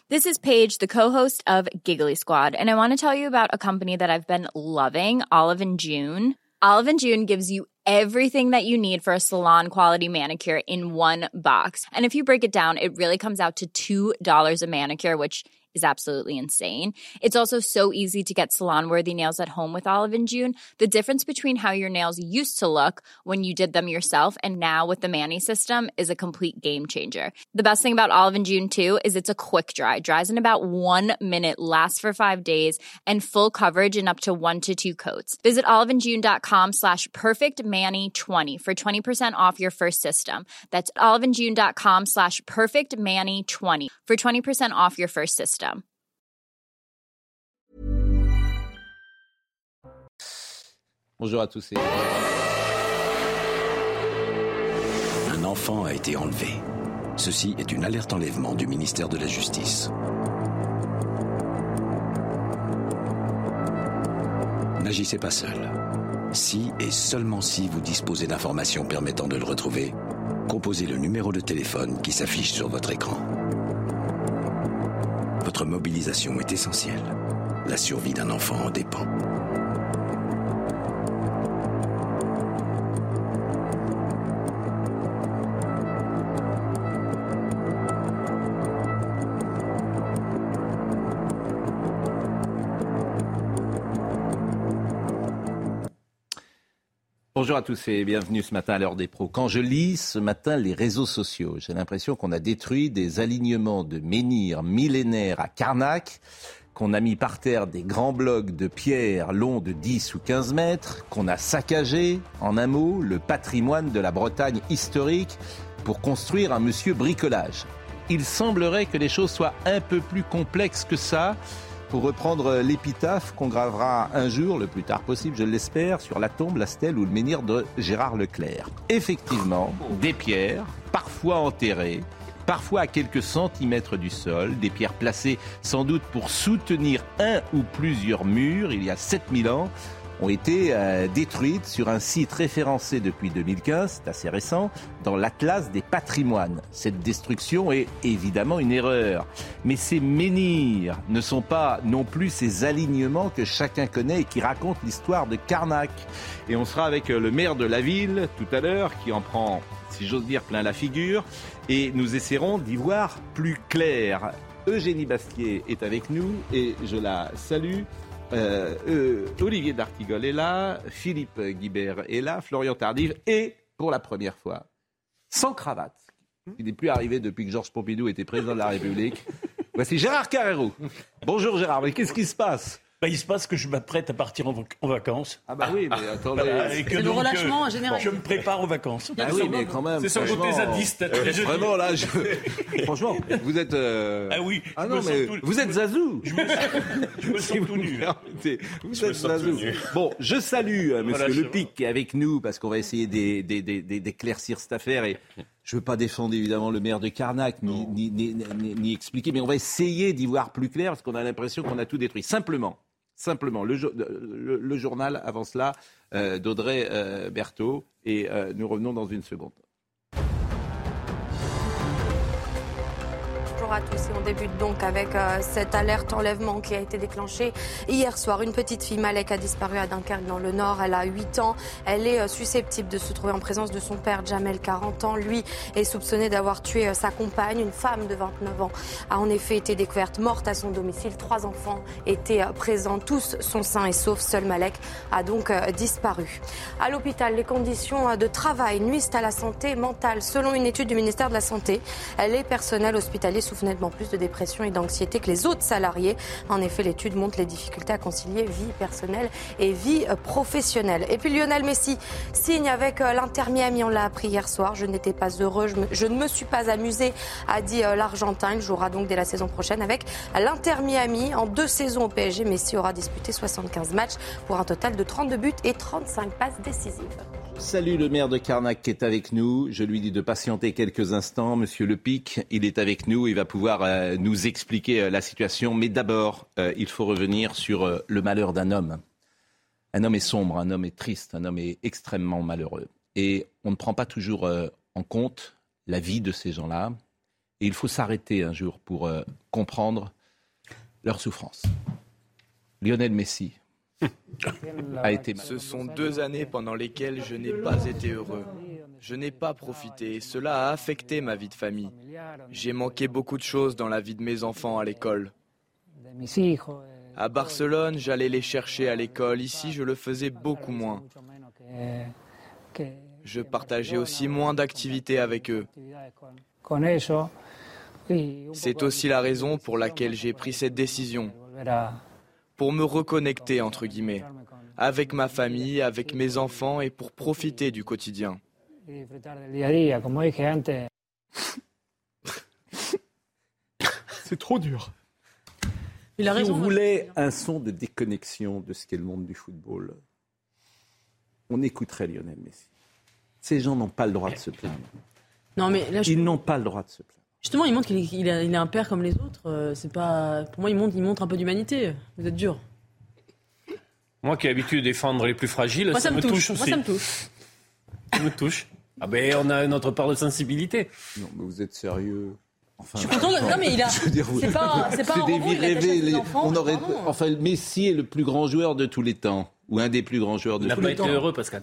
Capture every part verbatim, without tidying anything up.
This is Paige, the co-host of Giggly Squad, and I want to tell you about a company that I've been loving, Olive and June. Olive and June gives you everything that you need for a salon-quality manicure in one box. And if you break it down, it really comes out to two dollars a manicure, which is absolutely insane. It's also so easy to get salon-worthy nails at home with Olive and June. The difference between how your nails used to look when you did them yourself and now with the Mani system is a complete game changer. The best thing about Olive and June, too, is it's a quick dry. Dries in about one minute, lasts for five days, and full coverage in up to one to two coats. Visit oliveandjune.com slash perfectmani20 for twenty percent off your first system. That's oliveandjune.com slash perfectmani20 for twenty percent off your first system. Bonjour à tous. Un enfant a été enlevé. Ceci est une alerte enlèvement du ministère de la Justice. N'agissez pas seul. Si et seulement si vous disposez d'informations permettant de le retrouver, composez le numéro de téléphone qui s'affiche sur votre écran. Votre mobilisation est essentielle. La survie d'un enfant en dépend. Bonjour à tous et bienvenue ce matin à l'heure des pros. Quand je lis ce matin les réseaux sociaux, j'ai l'impression qu'on a détruit des alignements de menhirs millénaires à Carnac, qu'on a mis par terre des grands blocs de pierre longs de dix ou quinze mètres, qu'on a saccagé, en un mot, le patrimoine de la Bretagne historique pour construire un monsieur bricolage. Il semblerait que les choses soient un peu plus complexes que ça. Pour reprendre l'épitaphe qu'on gravera un jour, le plus tard possible, je l'espère, sur la tombe, la stèle ou le menhir de Gérard Leclerc. Effectivement, des pierres, parfois enterrées, parfois à quelques centimètres du sol, des pierres placées sans doute pour soutenir un ou plusieurs murs, il y a sept mille ans, ont été euh, détruites sur un site référencé depuis deux mille quinze, c'est assez récent, dans l'Atlas des patrimoines. Cette destruction est évidemment une erreur. Mais ces menhirs ne sont pas non plus ces alignements que chacun connaît et qui racontent l'histoire de Carnac. Et on sera avec le maire de la ville tout à l'heure, qui en prend, si j'ose dire, plein la figure. Et nous essaierons d'y voir plus clair. Eugénie Bastier est avec nous et je la salue. Euh, euh, Olivier d'Artigol est là, Philippe Guibert est là, Florian Tardif et pour la première fois, sans cravate, il n'est plus arrivé depuis que Georges Pompidou était président de la République. Voici Gérard Carrérou. Bonjour Gérard, mais qu'est-ce qui se passe ? Bah, il se passe que je m'apprête à partir en, vac- en vacances. Ah bah oui, mais attendez. Voilà, et que c'est donc, le relâchement euh, en général. Je me prépare aux vacances. Ah oui, mais quand même. C'est son côté zadiste. Euh, vraiment là, je... franchement, vous êtes. Euh... Ah oui. Ah je non, me mais sens tout... vous êtes Zazou. Je me sens, je me sens tout nu. Vous Je êtes me sens Zazou. tout nu. Bon, je salue euh, Monsieur Voilà, je- Lepic qui est avec nous parce qu'on va essayer d'é- d'é- d'é- d'é- d'éclaircir cette affaire et. Je ne veux pas défendre évidemment le maire de Carnac ni, ni, ni, ni, ni expliquer, mais on va essayer d'y voir plus clair parce qu'on a l'impression qu'on a tout détruit. Simplement, simplement le, le, le journal avant cela euh, d'Audrey euh, Berthaud et euh, nous revenons dans une seconde. Bonjour à tous et on débute donc avec euh, cette alerte enlèvement qui a été déclenchée hier soir. Une petite fille, Malek, a disparu à Dunkerque dans le Nord. Elle a huit ans. Elle est euh, susceptible de se trouver en présence de son père, Jamel, quarante ans. Lui est soupçonné d'avoir tué euh, sa compagne. Une femme de vingt-neuf ans a en effet été découverte morte à son domicile. Trois enfants étaient euh, présents. Tous sont sains et saufs. Seul Malek a donc euh, disparu. À l'hôpital, les conditions euh, de travail nuisent à la santé mentale. Selon une étude du ministère de la Santé, les personnels hospitaliers souffrent nettement plus de dépression et d'anxiété que les autres salariés. En effet, l'étude montre les difficultés à concilier vie personnelle et vie professionnelle. Et puis Lionel Messi signe avec l'Inter Miami, on l'a appris hier soir. Je n'étais pas heureux, je, me, je ne me suis pas amusé, a dit l'Argentin. Il jouera donc dès la saison prochaine avec l'Inter Miami. En deux saisons au P S G, Messi aura disputé soixante-quinze matchs pour un total de trente-deux buts et trente-cinq passes décisives. Salut le maire de Carnac qui est avec nous. Je lui dis de patienter quelques instants. Monsieur Lepic, il est avec nous. Il va pouvoir euh, nous expliquer euh, la situation. Mais d'abord, euh, il faut revenir sur euh, le malheur d'un homme. Un homme est sombre, un homme est triste, un homme est extrêmement malheureux. Et on ne prend pas toujours euh, en compte la vie de ces gens-là. Et il faut s'arrêter un jour pour euh, comprendre leur souffrance. Lionel Messi a été malade. Ce sont deux années pendant lesquelles je n'ai pas été heureux. Je n'ai pas profité et cela a affecté ma vie de famille. J'ai manqué beaucoup de choses dans la vie de mes enfants à l'école. À Barcelone, j'allais les chercher à l'école. Ici, je le faisais beaucoup moins. Je partageais aussi moins d'activités avec eux. C'est aussi la raison pour laquelle j'ai pris cette décision. Pour me reconnecter, entre guillemets, avec ma famille, avec mes enfants et pour profiter du quotidien. C'est trop dur. Il a Si raison. on voulait un son de déconnexion de ce qu'est le monde du football, on écouterait Lionel Messi. Ces gens n'ont pas le droit de se plaindre. Non, mais là, je... Ils n'ont pas le droit de se plaindre. Justement, il montre qu'il est, il a, il a un père comme les autres. Euh, c'est pas... Pour moi, il montre, il montre un peu d'humanité. Vous êtes dur. Moi qui ai l'habitude de défendre les plus fragiles, Moi, ça, ça, me touche, touche. aussi. Moi, ça me touche. Ça me touche. Ah ben, on a notre part de sensibilité. Non, mais vous êtes sérieux. Enfin, Je suis content de... Non, mais il a... je veux dire, vous- C'est pas, c'est pas un des robot, vies il attache à rêvées. ses Les- enfants. on aurait, Pardon. enfin, Messi est le plus grand joueur de tous les temps, ou un des plus grands joueurs de Il n'a tous pas les été temps. heureux, Pascal.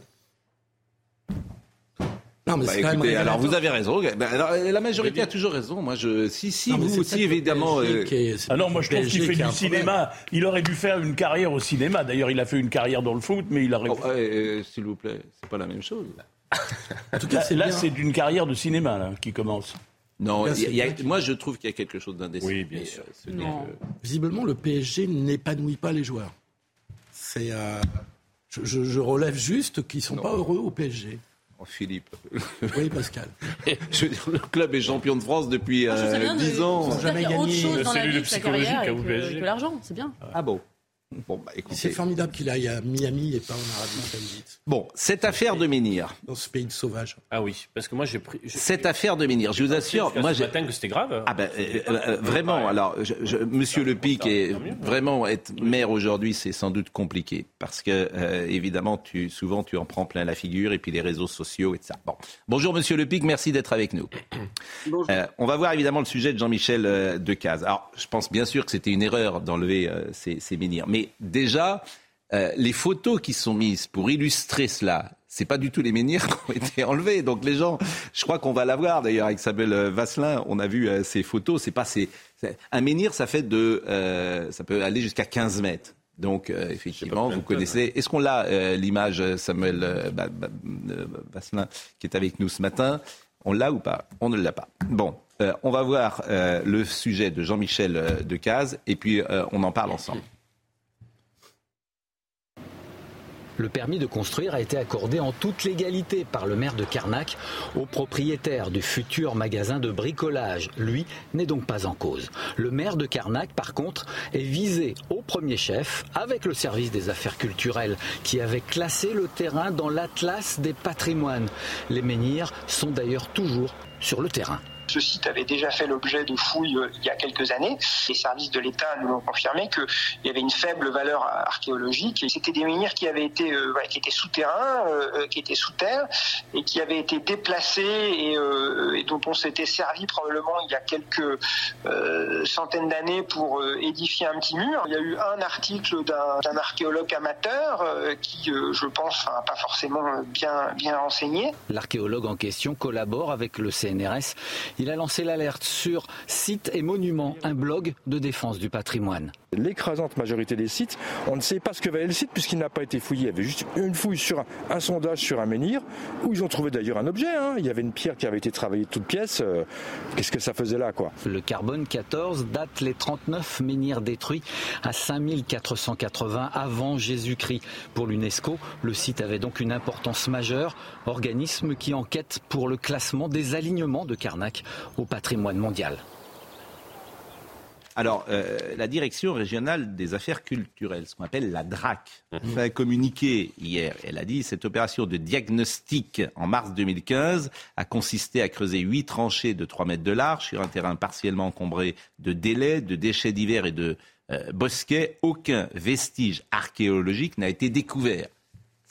Non, mais Bah, c'est quand même écoutez, alors révélateur. vous avez raison. Bah, alors, la majorité a toujours raison. Moi, je, si, si, Non, mais vous c'est aussi, peut-être le évidemment. P S G euh, qui est- c'est Ah non, moi je trouve le qu'il P S G fait qui a du un problème. cinéma. Il aurait dû faire une carrière au cinéma. D'ailleurs, il a fait une carrière dans le foot, mais il aurait. oh, euh, euh, s'il vous plaît, c'est pas la même chose. En tout cas, Là, c'est là, bien. c'est d'une carrière de cinéma là, qui commence. Non, Là, il y a- c'est il y a- bien. moi, je trouve qu'il y a quelque chose d'indécent. Oui, bien Mais, sûr. euh, ce n'est Non. que- Visiblement, le P S G n'épanouit pas les joueurs. C'est, euh, je, je- je relève juste qu'ils sont Non. pas heureux au P S G. Oh, Philippe. Oui, Pascal. Je veux dire, le club est champion de France depuis Moi, je trouve ça euh, bien de- dix ans. de se dire jamais qu'il y a autre gagné. chose Le dans la cellule vie que sa carrière psychologique et à au que, P S G. que l'argent, c'est bien. Ah bon. Bon, bah, C'est écoutez. formidable qu'il aille à Miami et pas en Arabie Saoudite, Bon, cette affaire de Menhir. dans ce pays de sauvages. Ah oui, parce que moi j'ai pris. j'ai- Cette affaire de Menhir, je vous assure, jusqu'à moi ce j'ai. matin que c'était grave. Ah ben euh, euh, vraiment. Alors, je, je, Monsieur Le Pic est vraiment être maire aujourd'hui, c'est sans doute compliqué parce que euh, évidemment, tu souvent tu en prends plein la figure et puis les réseaux sociaux et tout ça. Bon, bonjour Monsieur Le Pic, merci d'être avec nous. Euh, on va voir évidemment le sujet de Jean-Michel euh, Decaze. Alors, je pense bien sûr que c'était une erreur d'enlever euh, ces, ces menhirs, mais déjà euh, les photos qui sont mises pour illustrer cela. C'est pas du tout les menhirs qui ont été enlevés. Donc les gens, je crois qu'on va la voir d'ailleurs avec Isabelle Vasselin. On a vu euh, ces photos. C'est pas ces, c'est- un menhir, ça fait de, euh, ça peut aller jusqu'à quinze mètres. Donc euh, effectivement, vous connaissez. Est-ce qu'on l'a euh, l'image Samuel euh, bah, bah, euh, Vasselin qui est avec nous ce matin? On l'a ou pas? On ne l'a pas. Bon, euh, on va voir euh, le sujet de Jean-Michel euh, Decaze et puis euh, on en parle ensemble. Le permis de construire a été accordé en toute légalité par le maire de Carnac au propriétaire du futur magasin de bricolage. Lui n'est donc pas en cause. Le maire de Carnac, par contre, est visé au premier chef avec le service des affaires culturelles qui avait classé le terrain dans l'Atlas des patrimoines. Les menhirs sont d'ailleurs toujours sur le terrain. Ce site avait déjà fait l'objet de fouilles il y a quelques années. Les services de l'État nous ont confirmé qu'il y avait une faible valeur archéologique. Et c'était des menhirs qui avaient été, euh, voilà, qui étaient souterrains, euh, qui étaient sous terre et qui avaient été déplacés et, euh, et dont on s'était servi probablement il y a quelques euh, centaines d'années pour euh, édifier un petit mur. Il y a eu un article d'un, d'un archéologue amateur euh, qui, euh, je pense, n'a pas forcément bien, bien renseigné. L'archéologue en question collabore avec le C N R S. Il a lancé l'alerte sur Sites et Monuments, un blog de défense du patrimoine. L'écrasante majorité des sites, on ne sait pas ce que valait le site puisqu'il n'a pas été fouillé. Il y avait juste une fouille sur un, un sondage sur un menhir où ils ont trouvé d'ailleurs un objet. Hein. Il y avait une pierre qui avait été travaillée de toutes pièces. Euh, qu'est-ce que ça faisait là, quoi? Le carbone quatorze date les trente-neuf menhirs détruits à cinq mille quatre cent quatre-vingts avant Jésus-Christ. Pour l'UNESCO, le site avait donc une importance majeure, organisme qui enquête pour le classement des alignements de Carnac au patrimoine mondial. Alors, euh, la direction régionale des affaires culturelles, ce qu'on appelle la D R A C, a fait un communiqué hier. Elle a dit que cette opération de diagnostic en mars deux mille quinze a consisté à creuser huit tranchées de trois mètres de large sur un terrain partiellement encombré de délais, de déchets divers et de euh, bosquets. Aucun vestige archéologique n'a été découvert.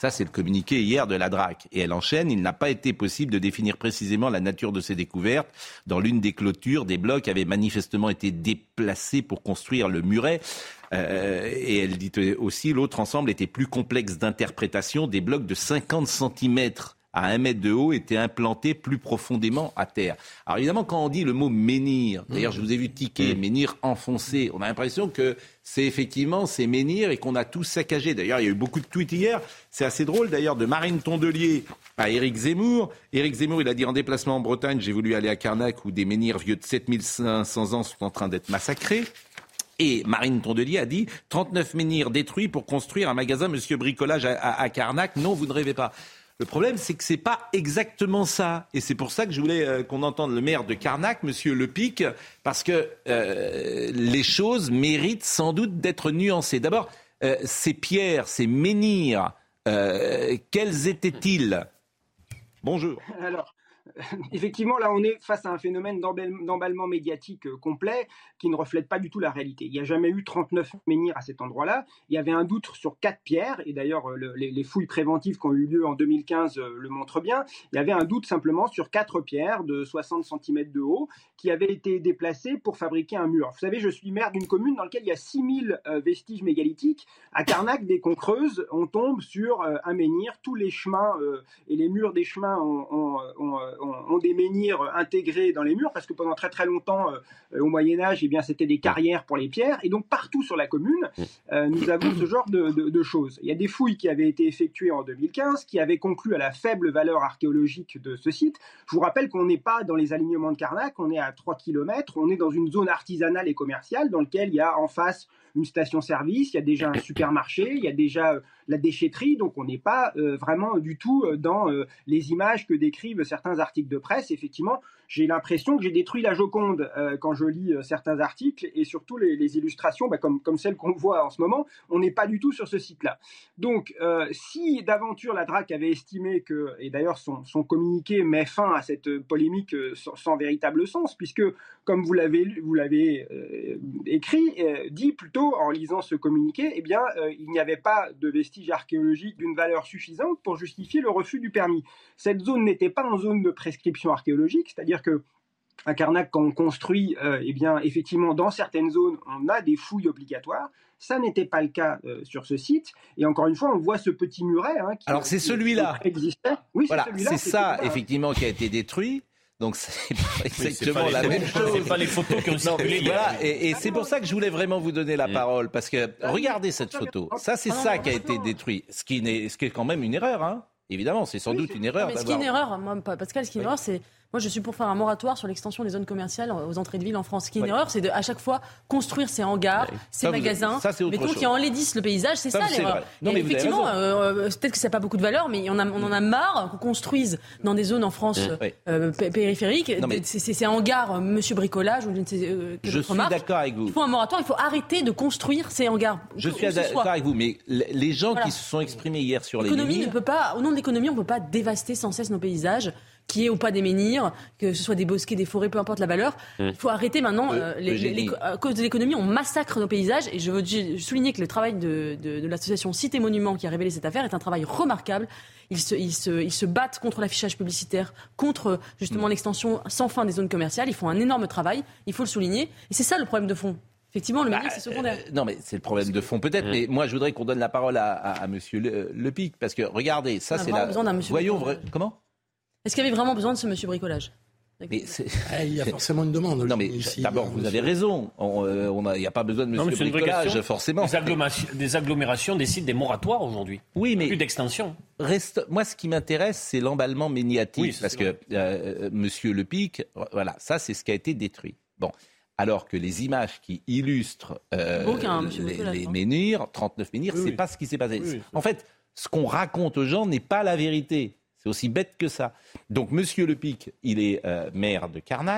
Ça, c'est le communiqué hier de la D R A C. Et elle enchaîne, il n'a pas été possible de définir précisément la nature de ces découvertes. Dans l'une des clôtures, des blocs avaient manifestement été déplacés pour construire le muret. Euh, et elle dit aussi, l'autre ensemble était plus complexe d'interprétation. Des blocs de cinquante centimètres à un mètre de haut étaient implantés plus profondément à terre. Alors évidemment, quand on dit le mot menhir, d'ailleurs je vous ai vu tiquer, menhir enfoncé, on a l'impression que c'est effectivement ces menhirs et qu'on a tout saccagé. D'ailleurs, il y a eu beaucoup de tweets hier. C'est assez drôle d'ailleurs de Marine Tondelier à Éric Zemmour. Éric Zemmour, il a dit en déplacement en Bretagne, j'ai voulu aller à Carnac où des menhirs vieux de sept mille cinq cents ans sont en train d'être massacrés. Et Marine Tondelier a dit trente-neuf menhirs détruits pour construire un magasin Monsieur Bricolage à, à, à Carnac. Non, vous ne rêvez pas. Le problème, c'est que c'est pas exactement ça. Et c'est pour ça que je voulais euh, qu'on entende le maire de Carnac, Monsieur Lepic, parce que euh, les choses méritent sans doute d'être nuancées. D'abord, euh, ces pierres, ces menhirs, euh, quels étaient-ils ? Bonjour. Alors, effectivement, là, on est face à un phénomène d'emballement médiatique complet qui ne reflète pas du tout la réalité. Il n'y a jamais eu trente-neuf menhirs à cet endroit-là. Il y avait un doute sur quatre pierres, et d'ailleurs, le, les, les fouilles préventives qui ont eu lieu en deux mille quinze euh, le montrent bien. Il y avait un doute simplement sur quatre pierres de soixante centimètres de haut qui avaient été déplacées pour fabriquer un mur. Vous savez, je suis maire d'une commune dans laquelle il y a six mille euh, vestiges mégalithiques. À Carnac, dès qu'on creuse, on tombe sur euh, un menhir. Tous les chemins euh, et les murs des chemins ont, ont, ont, ont, ont des menhirs intégrés dans les murs, parce que pendant très très longtemps, euh, au Moyen-Âge, eh bien, c'était des carrières pour les pierres. Et donc, partout sur la commune, euh, nous avons ce genre de, de, de choses. Il y a des fouilles qui avaient été effectuées en deux mille quinze, qui avaient conclu à la faible valeur archéologique de ce site. Je vous rappelle qu'on n'est pas dans les alignements de Carnac, on est à trois kilomètres, on est dans une zone artisanale et commerciale dans laquelle il y a en face une station-service, il y a déjà un supermarché, il y a déjà euh, la déchetterie, donc on n'est pas euh, vraiment du tout euh, dans euh, les images que décrivent certains articles de presse. Effectivement, j'ai l'impression que j'ai détruit la Joconde euh, quand je lis euh, certains articles, et surtout les, les illustrations, bah, comme, comme celles qu'on voit en ce moment, on n'est pas du tout sur ce site-là. Donc, euh, si d'aventure la D R A C avait estimé que, et d'ailleurs son, son communiqué met fin à cette polémique euh, sans, sans véritable sens, puisque, comme vous l'avez, vous l'avez euh, écrit, euh, dit plutôt en lisant ce communiqué, eh bien, euh, il n'y avait pas de vestiges archéologiques d'une valeur suffisante pour justifier le refus du permis. Cette zone n'était pas en zone de prescription archéologique, c'est-à-dire que à Carnac, quand on construit, euh, eh bien, effectivement, dans certaines zones, on a des fouilles obligatoires. Ça n'était pas le cas euh, sur ce site. Et encore une fois, on voit ce petit muret. Hein, qui, Alors, c'est qui, celui-là. Qui existait. Oui, voilà, c'est celui-là. C'est, c'est ça, celui-là. effectivement, qui a été détruit. Donc c'est exactement oui, c'est pas la les, même chose. C'est pas les photos qui ont circulé. Voilà, et, et c'est pour ça que je voulais vraiment vous donner la parole, parce que regardez cette photo. Ça, c'est ça qui a été détruit, ce qui est, ce qui est quand même une erreur, hein. Évidemment, c'est sans doute une erreur. Mais ce qui est une erreur, moi, Pascal, ce qui est une erreur, c'est moi, je suis pour faire un moratoire sur l'extension des zones commerciales aux entrées de ville en France. Ce qui est une erreur, c'est de à chaque fois construire ces hangars, oui. ces ça, magasins, ça, mais donc qui enlaidissent le paysage. C'est ça, ça l'erreur. Non, mais effectivement, euh, peut-être que ça n'a pas beaucoup de valeur, mais on, a, on en a marre qu'on construise dans des zones en France oui. euh, périphériques non, mais... ces, ces, ces hangars, Monsieur Bricolage ou je ne sais euh, Je suis marque. d'accord avec vous. Il faut un moratoire. Il faut arrêter de construire ces hangars. Je suis d'accord avec vous, mais les gens voilà. qui se sont exprimés hier sur les l'économie menhirs... ne peut pas, au nom de l'économie, on ne peut pas dévaster sans cesse nos paysages, qu'il y ait ou pas des menhirs, que ce soit des bosquets, des forêts, peu importe la valeur. Mmh. Il faut arrêter maintenant. Euh, les, les, les, à cause de l'économie, on massacre nos paysages. Et je veux souligner que le travail de, de, de l'association Cité Monuments qui a révélé cette affaire est un travail remarquable. Ils se, ils se, ils se battent contre l'affichage publicitaire, contre justement mmh. l'extension sans fin des zones commerciales. Ils font un énorme travail. Il faut le souligner. Et c'est ça le problème de fond. Effectivement, le menhir, bah, c'est secondaire. Euh, non, mais c'est le problème de fond peut-être. Mmh. Mais moi, je voudrais qu'on donne la parole à, à, à Monsieur Le, Lepic, parce que regardez, ça, c'est la. Voyons, vrai... comment Est-ce qu'il y avait vraiment besoin de ce Monsieur Bricolage ? Mais c'est... Il y a forcément une demande. Non, mais ici, d'abord, vous avez raison. Il n'y a pas besoin de Monsieur non, Bricolage, forcément. Des agglomérations, des agglomérations décident des moratoires aujourd'hui. Oui, mais plus d'extension. Reste. Moi, ce qui m'intéresse, c'est l'emballement médiatique, oui, parce que euh, Monsieur Lepic, voilà, ça, c'est ce qui a été détruit. Bon. Alors que les images qui illustrent euh, Aucun, les, les menhirs, trente-neuf menhirs, oui, c'est oui. pas ce qui s'est passé. Oui, en fait, ce qu'on raconte aux gens n'est pas la vérité. C'est aussi bête que ça. Donc, Monsieur Lepic, il est euh, maire de Carnac.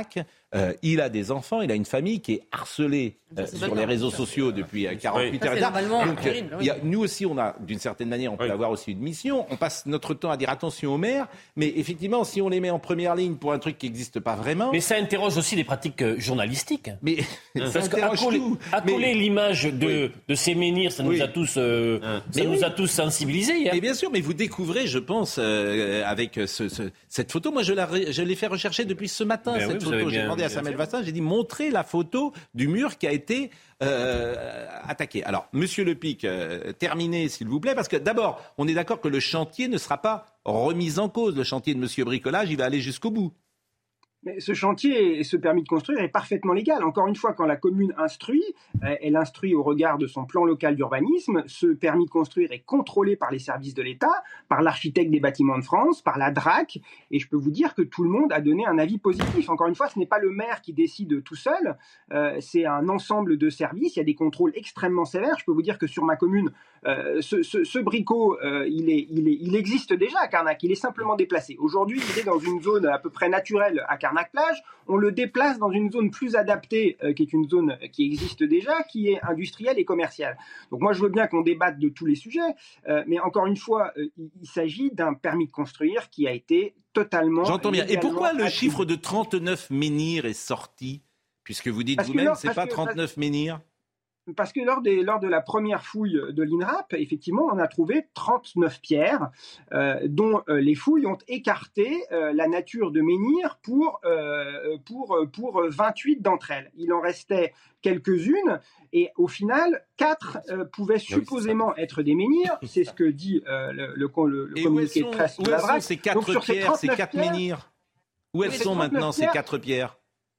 Euh, il a des enfants, il a une famille qui est harcelée euh, sur les réseaux sociaux depuis euh, quarante-huit heures. Donc, euh, il y a, nous aussi, on a, d'une certaine manière, on peut oui. avoir aussi une mission. On passe notre temps à dire attention aux maires, mais effectivement, si on les met en première ligne pour un truc qui n'existe pas vraiment... Mais ça interroge aussi les pratiques euh, journalistiques. Mais parce qu'accoler mais... l'image de, oui. de ces menhirs, ça nous oui. a tous, euh, ah. ça nous oui. a tous sensibilisés. Hein. Mais bien sûr, mais vous découvrez, je pense, euh, avec ce, ce, cette photo, moi je, la, je l'ai fait rechercher depuis ce matin, ben cette oui, photo. J'ai demandé à Samuel Vassin, j'ai dit montrez la photo du mur qui a été euh, attaqué. Alors, Monsieur Lepic, euh, terminez s'il vous plaît, parce que d'abord, on est d'accord que le chantier ne sera pas remis en cause. Le chantier de Monsieur Bricolage, il va aller jusqu'au bout. Mais ce chantier et ce permis de construire est parfaitement légal. Encore une fois, quand la commune instruit, elle instruit au regard de son plan local d'urbanisme. Ce permis de construire est contrôlé par les services de l'État, par l'architecte des bâtiments de France, par la D R A C. Et je peux vous dire que tout le monde a donné un avis positif. Encore une fois, ce n'est pas le maire qui décide tout seul. Euh, c'est un ensemble de services. Il y a des contrôles extrêmement sévères. Je peux vous dire que sur ma commune, euh, ce, ce, ce bricot, euh, il, est, il, est, il existe déjà à Carnac. Il est simplement déplacé. Aujourd'hui, il est dans une zone à peu près naturelle à Carnac. Plage, on le déplace dans une zone plus adaptée, euh, qui est une zone qui existe déjà, qui est industrielle et commerciale. Donc moi, je veux bien qu'on débatte de tous les sujets, euh, mais encore une fois, euh, il, il s'agit d'un permis de construire qui a été totalement... J'entends bien. Et pourquoi le chiffre de trente-neuf menhirs est sorti ? Puisque vous dites vous-même, c'est pas trente-neuf menhirs ? Parce que lors, des, lors de la première fouille de l'I N R A P, effectivement, on a trouvé trente-neuf pierres, euh, dont euh, les fouilles ont écarté euh, la nature de menhir pour, euh, pour, pour vingt-huit d'entre elles. Il en restait quelques-unes, et au final, quatre euh, pouvaient supposément être des menhirs. C'est ce que dit euh, le, le, le, le communiqué de presse de la D R A C. Ces quatre pierres, ces quatre menhirs, où elles sont maintenant, ces quatre pierres ?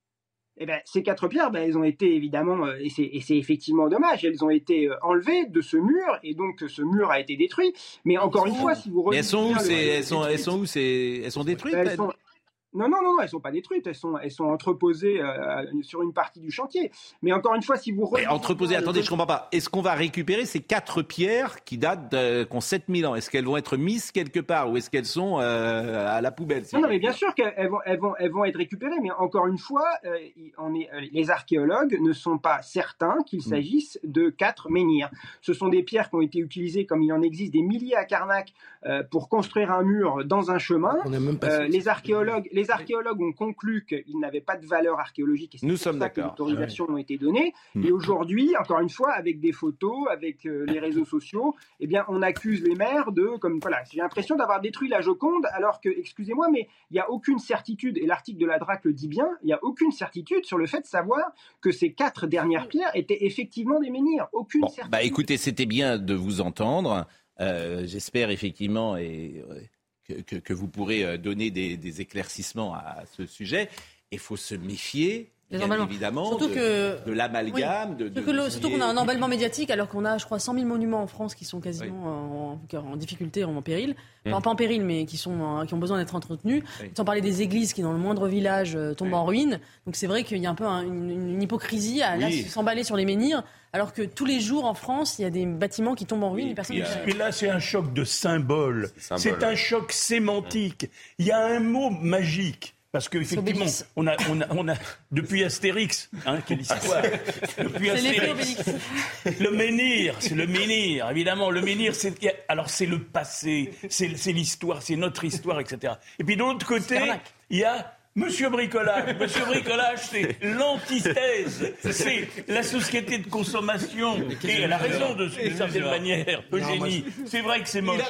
Eh ben, ces quatre pierres, ben, elles ont été évidemment, euh, et, c'est, et c'est effectivement dommage, elles ont été euh, enlevées de ce mur, et donc ce mur a été détruit. Mais encore une fois, si vous regardez... Mais elles sont où, c'est, elles sont, elles sont où, c'est, elles sont détruites elles sont... Non, non, non, elles ne sont pas détruites, elles sont, elles sont entreposées euh, sur une partie du chantier. Mais encore une fois, si vous... Mais entreposées, attendez, je ne comprends pas. Est-ce qu'on va récupérer ces quatre pierres qui datent, de, qui ont sept mille ans ? Est-ce qu'elles vont être mises quelque part ou est-ce qu'elles sont euh, à la poubelle ? Non, non, mais bien sûr qu'elles vont, elles vont, elles vont être récupérées, mais encore une fois, euh, on est, euh, les archéologues ne sont pas certains qu'il s'agisse de quatre menhirs. Ce sont des pierres qui ont été utilisées, comme il en existe des milliers à Carnac, euh, pour construire un mur dans un chemin. Euh, les archéologues... Les archéologues ont conclu qu'ils n'avaient pas de valeur archéologique et c'est Nous pour sommes ça d'accord. que les autorisations ont été données. Mmh. Et aujourd'hui, encore une fois, avec des photos, avec euh, les réseaux sociaux, eh bien, on accuse les maires de... Comme, voilà, j'ai l'impression d'avoir détruit la Joconde alors que, excusez-moi, mais il n'y a aucune certitude, et l'article de la D R A C le dit bien, il n'y a aucune certitude sur le fait de savoir que ces quatre dernières pierres étaient effectivement des menhirs. Aucune bon, certitude. Bah écoutez, c'était bien de vous entendre. Euh, j'espère effectivement... Et, euh, Que, que, que vous pourrez donner des, des éclaircissements à ce sujet. Il faut se méfier, bien évidemment, de, que, de l'amalgame. Oui. De, de, le, surtout qu'on a un emballement médiatique, alors qu'on a, je crois, cent mille monuments en France qui sont quasiment oui. en, en difficulté, en péril. Mmh. Enfin, pas en péril, mais qui, sont, qui ont besoin d'être entretenus. Oui. Sans parler des églises qui, dans le moindre village, tombent oui. en ruine. Donc c'est vrai qu'il y a un peu un, une, une hypocrisie à là, oui. s'emballer sur les menhirs. Alors que tous les jours en France, il y a des bâtiments qui tombent en ruine. Oui, et personne et, ne... et là, c'est un choc de symboles. C'est, symbole. C'est un choc sémantique. Il y a un mot magique. Parce qu'effectivement, on a, on, a, on a, depuis Astérix, hein, quelle histoire, depuis Astérix, le menhir, c'est le menhir, évidemment, le menhir, c'est, alors c'est le passé, c'est, c'est l'histoire, c'est notre histoire, et cetera. Et puis de l'autre côté, il y a Monsieur Bricolage. Monsieur Bricolage, c'est l'antithèse. C'est la société de consommation. Et elle a raison de, d'une certaine manière. Eugénie, c'est vrai que c'est moche.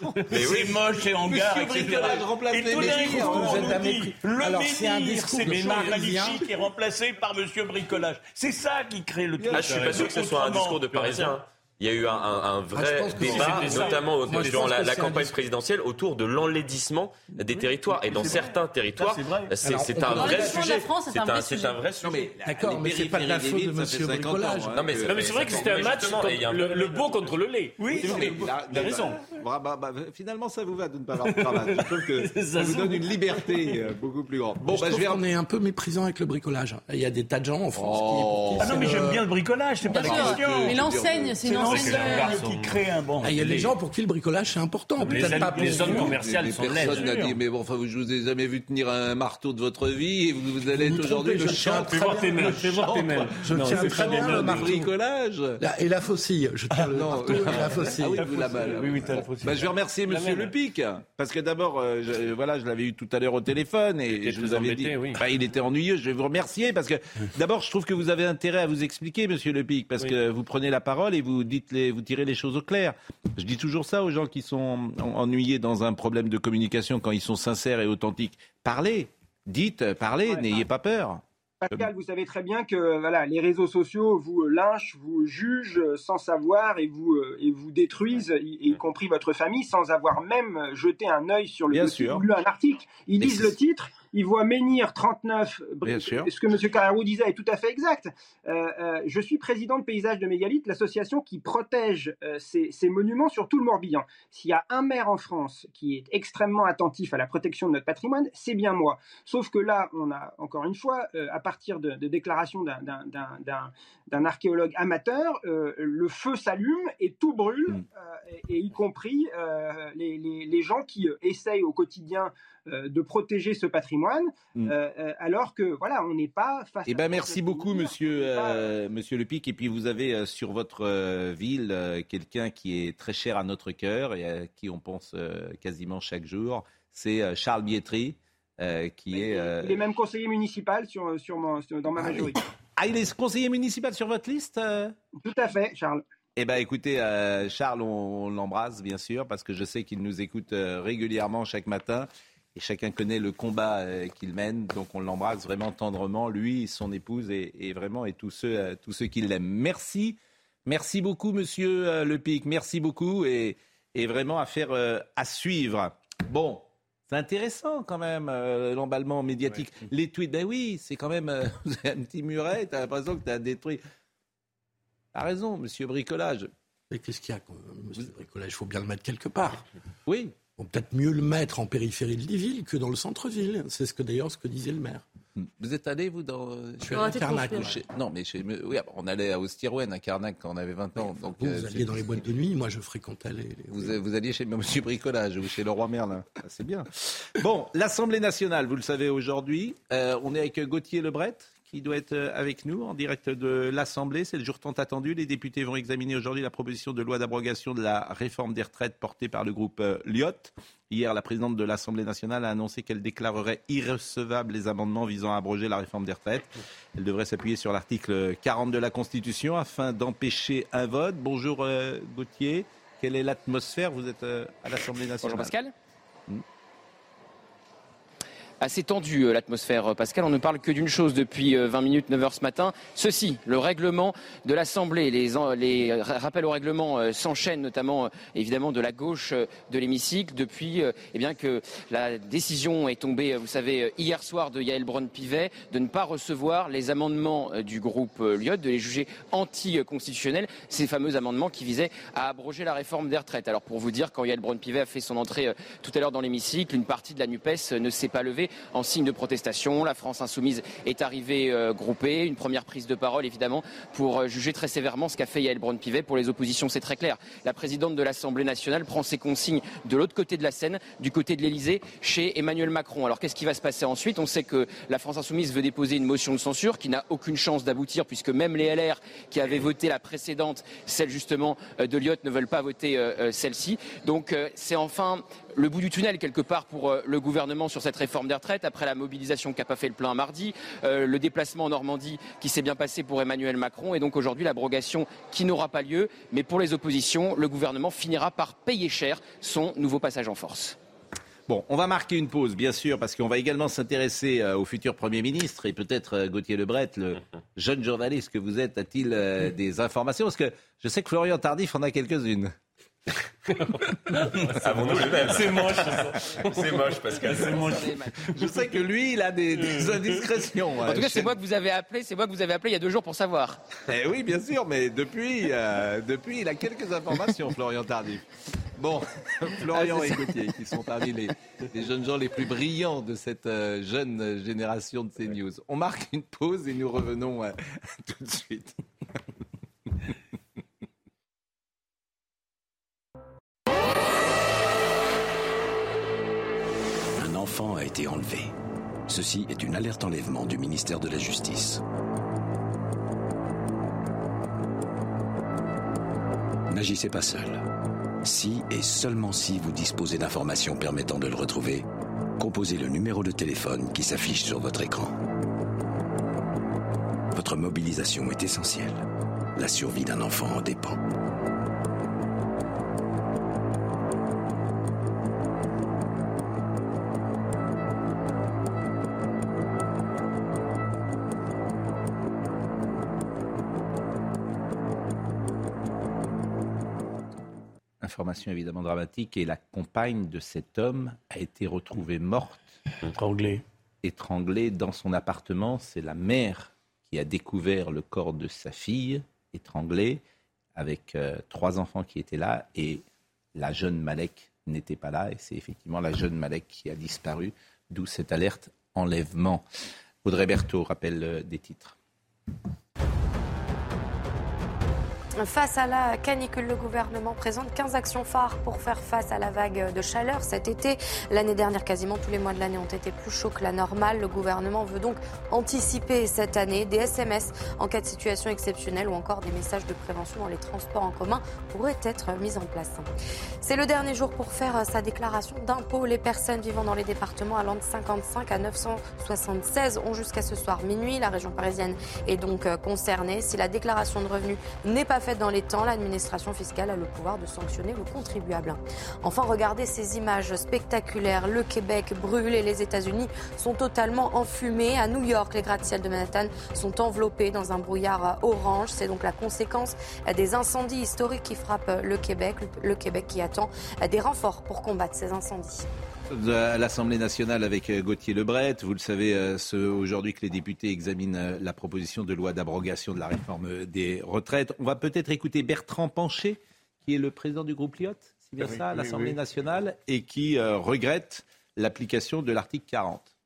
C'est moche, c'est hangar, et cetera. Et tout d'un coup, on nous dit, le menhir, c'est magnifique et remplacé par Monsieur Bricolage. C'est ça qui crée le truc. Ah, je suis pas sûr que ce soit un discours de Parisien. Il y a eu un, un, un vrai ah, débat, notamment moi, durant la, la campagne présidentielle, autour de l'enlaidissement des territoires. Et dans c'est certains vrai. territoires, ça, c'est, Alors, c'est, un vrai sujet. France, c'est, c'est, un vrai c'est un vrai sujet. Non, mais, d'accord, mais c'est pas de la faute de Monsieur Bricolage. Non, mais c'est, non, mais c'est vrai que c'était un match le, le beau contre le lait. Oui, vous avez raison. Bah, bah, bah, finalement, ça vous va de ne pas avoir de travail. Je trouve que ça vous donne une liberté beaucoup plus grande. Bon, bah, je vais. On est un peu méprisant avec le bricolage. Il y a des tas de gens en France qui. Ah non, mais j'aime bien le bricolage, c'est pas la question. Mais l'enseigne, c'est une enseigne qui crée un bon. Il y a des gens pour qui le bricolage c'est important. Peut-être pas pour les zones commerciales sont laides. Personne n'a dit, mais bon, enfin, je vous ai jamais vu tenir un marteau de votre vie et vous, vous allez être aujourd'hui le chantre. Fais voir tes mails. Fais voir tes mails. Je tiens très bien le marteau. Bricolage. Et la faucille. Je tiens le marteau et la faucille. Ah oui, vous la balle. Oui, oui, t'as la faucille. Bah, je vais remercier Monsieur Lepic parce que d'abord, euh, je, voilà, je l'avais eu tout à l'heure au téléphone et je vous avais dit, oui. bah, il était ennuyeux. Je vais vous remercier parce que d'abord, je trouve que vous avez intérêt à vous expliquer, Monsieur Lepic, parce oui. que vous prenez la parole et vous dites les, vous tirez les choses au clair. Je dis toujours ça aux gens qui sont ennuyés dans un problème de communication quand ils sont sincères et authentiques. Parlez, dites, parlez, ouais, n'ayez pas peur. Pascal, vous savez très bien que voilà, les réseaux sociaux vous lynchent, vous jugent sans savoir et vous, et vous détruisent, y, y compris votre famille, sans avoir même jeté un œil sur le bien dossier sûr. ou lu un article. Ils lisent le titre, ils voient Menhir trente-neuf. Bien sûr. Ce que M. Carrérou disait est tout à fait exact. Euh, euh, je suis président de Paysages de Mégalithe, l'association qui protège euh, ces, ces monuments sur tout le Morbihan. S'il y a un maire en France qui est extrêmement attentif à la protection de notre patrimoine, c'est bien moi. Sauf que là, on a encore une fois, euh, à partir de, de déclarations d'un, d'un, d'un, d'un, d'un archéologue amateur, euh, le feu s'allume et tout brûle, mmh. euh, et, et y compris euh, les, les, les gens qui euh, essayent au quotidien euh, de protéger ce patrimoine, mmh. euh, alors que voilà, on n'est pas face. Eh ben, merci beaucoup, monsieur, euh, monsieur Lepic. Et puis vous avez euh, sur votre euh, ville euh, quelqu'un qui est très cher à notre cœur et à qui on pense euh, quasiment chaque jour. C'est euh, Charles Bietri. Euh, qui Mais est, euh... Il est même conseiller municipal sur, sur mon, sur, dans ma ah, majorité. Ah, il est conseiller municipal sur votre liste euh... Tout à fait, Charles. Eh bien, écoutez, euh, Charles, on, on l'embrasse, bien sûr, parce que je sais qu'il nous écoute euh, régulièrement chaque matin. Et chacun connaît le combat euh, qu'il mène. Donc, on l'embrasse vraiment tendrement, lui, son épouse et, et vraiment et tous ceux, euh, tous ceux qui l'aiment. Merci. Merci beaucoup, monsieur euh, Lepic. Merci beaucoup. Et, et vraiment, affaire euh, à suivre. Bon. C'est intéressant quand même, euh, l'emballement médiatique. Ouais. Les tweets, ben oui, c'est quand même euh, un petit muret, t'as l'impression que t'as détruit. T'as raison, monsieur Bricolage. Mais qu'est-ce qu'il y a, monsieur Bricolage ? Il faut bien le mettre quelque part. Oui. Il faut peut-être mieux le mettre en périphérie de l'île que dans le centre-ville. C'est ce que, d'ailleurs ce que disait le maire. Vous êtes allé, vous, dans... Je suis allé à Carnac. Chez... Non, mais chez... oui, on allait à Ostirwen, à Carnac, quand on avait vingt ans. Donc, vous, euh, vous alliez dans les boîtes de nuit, moi je fréquentais les... les... Vous, vous alliez chez Monsieur Bricolage ou chez le Roi Merlin. Ah, c'est bien. Bon, l'Assemblée nationale, vous le savez aujourd'hui, euh, on est avec Gauthier Lebret, qui doit être avec nous en direct de l'Assemblée. C'est le jour tant attendu. Les députés vont examiner aujourd'hui la proposition de loi d'abrogation de la réforme des retraites portée par le groupe euh, Lyot. Hier, la présidente de l'Assemblée nationale a annoncé qu'elle déclarerait irrecevables les amendements visant à abroger la réforme des retraites. Elle devrait s'appuyer sur l'article quarante de la Constitution afin d'empêcher un vote. Bonjour euh, Gauthier, quelle est l'atmosphère ? Vous êtes euh, à l'Assemblée nationale. Bonjour Pascal. Mmh. Assez tendue l'atmosphère, Pascal. On ne parle que d'une chose depuis vingt minutes, neuf heures ce matin. Ceci, le règlement de l'Assemblée. Les, les rappels au règlement s'enchaînent, notamment évidemment de la gauche de l'hémicycle, depuis eh bien, que la décision est tombée, vous savez, hier soir de Yaël Braun-Pivet, de ne pas recevoir les amendements du groupe Lyot, de les juger anticonstitutionnels, ces fameux amendements qui visaient à abroger la réforme des retraites. Alors pour vous dire, quand Yaël Braun-Pivet a fait son entrée tout à l'heure dans l'hémicycle, une partie de la NUPES ne s'est pas levée en signe de protestation. La France insoumise est arrivée euh, groupée. Une première prise de parole, évidemment, pour euh, juger très sévèrement ce qu'a fait Yaël Braun-Pivet. Pour les oppositions, c'est très clair. La présidente de l'Assemblée nationale prend ses consignes de l'autre côté de la Seine, du côté de l'Elysée, chez Emmanuel Macron. Alors, qu'est-ce qui va se passer ensuite ? On sait que la France insoumise veut déposer une motion de censure qui n'a aucune chance d'aboutir, puisque même les L R qui avaient voté la précédente, celle justement euh, de Lyot, ne veulent pas voter euh, celle-ci. Donc, euh, c'est enfin le bout du tunnel quelque part pour euh, le gouvernement sur cette réforme des retraites, après la mobilisation qui n'a pas fait le plein mardi, euh, le déplacement en Normandie qui s'est bien passé pour Emmanuel Macron, et donc aujourd'hui l'abrogation qui n'aura pas lieu. Mais pour les oppositions, le gouvernement finira par payer cher son nouveau passage en force. Bon, on va marquer une pause, bien sûr, parce qu'on va également s'intéresser euh, au futur Premier ministre, et peut-être euh, Gauthier Lebret, le jeune journaliste que vous êtes, a-t-il euh, des informations ? Parce que je sais que Florian Tardif en a quelques-unes. Avons-nous les mêmes ? C'est moche. C'est moche, Pascal. C'est moche. Je sais que lui, il a des, des indiscrétions. En tout cas, c'est moi que vous avez appelé. C'est moi que vous avez appelé il y a deux jours pour savoir. Eh oui, bien sûr, mais depuis, euh, depuis, il a quelques informations, Florian Tardif. Bon, Florian et Gauthier, qui sont parmi les, les jeunes gens les plus brillants de cette euh, jeune génération de CNews. On marque une pause et nous revenons euh, tout de suite. été enlevés. Ceci est une alerte enlèvement du ministère de la Justice. N'agissez pas seul. Si et seulement si vous disposez d'informations permettant de le retrouver, composez le numéro de téléphone qui s'affiche sur votre écran. Votre mobilisation est essentielle. La survie d'un enfant en dépend. Information évidemment dramatique, et la compagne de cet homme a été retrouvée morte, étranglée, étranglée dans son appartement. C'est la mère qui a découvert le corps de sa fille étranglée, avec euh, trois enfants qui étaient là, et la jeune Malek n'était pas là, et c'est effectivement la jeune Malek qui a disparu, d'où cette alerte enlèvement. Audrey Berthaud rappelle euh, des titres. Face à la canicule, le gouvernement présente quinze actions phares pour faire face à la vague de chaleur cet été. L'année dernière, quasiment tous les mois de l'année ont été plus chauds que la normale. Le gouvernement veut donc anticiper cette année. Des S M S en cas de situation exceptionnelle ou encore des messages de prévention dans les transports en commun pourraient être mis en place. C'est le dernier jour pour faire sa déclaration d'impôt. Les personnes vivant dans les départements allant de cinquante-cinq à neuf cent soixante-seize ont jusqu'à ce soir minuit. La région parisienne est donc concernée. Si la déclaration de revenus n'est pas faite dans les temps, l'administration fiscale a le pouvoir de sanctionner le contribuable. Enfin, regardez ces images spectaculaires. Le Québec brûle et les États-Unis sont totalement enfumés. À New York, les gratte-ciels de Manhattan sont enveloppés dans un brouillard orange. C'est donc la conséquence des incendies historiques qui frappent le Québec. Le Québec qui attend des renforts pour combattre ces incendies. À l'Assemblée nationale avec Gauthier Lebret. Vous le savez, c'est aujourd'hui que les députés examinent la proposition de loi d'abrogation de la réforme des retraites. On va peut-être écouter Bertrand Pancher, qui est le président du groupe Lyot, c'est bien oui, ça, à l'Assemblée oui, oui. nationale, et qui euh, regrette l'application de l'article quarante.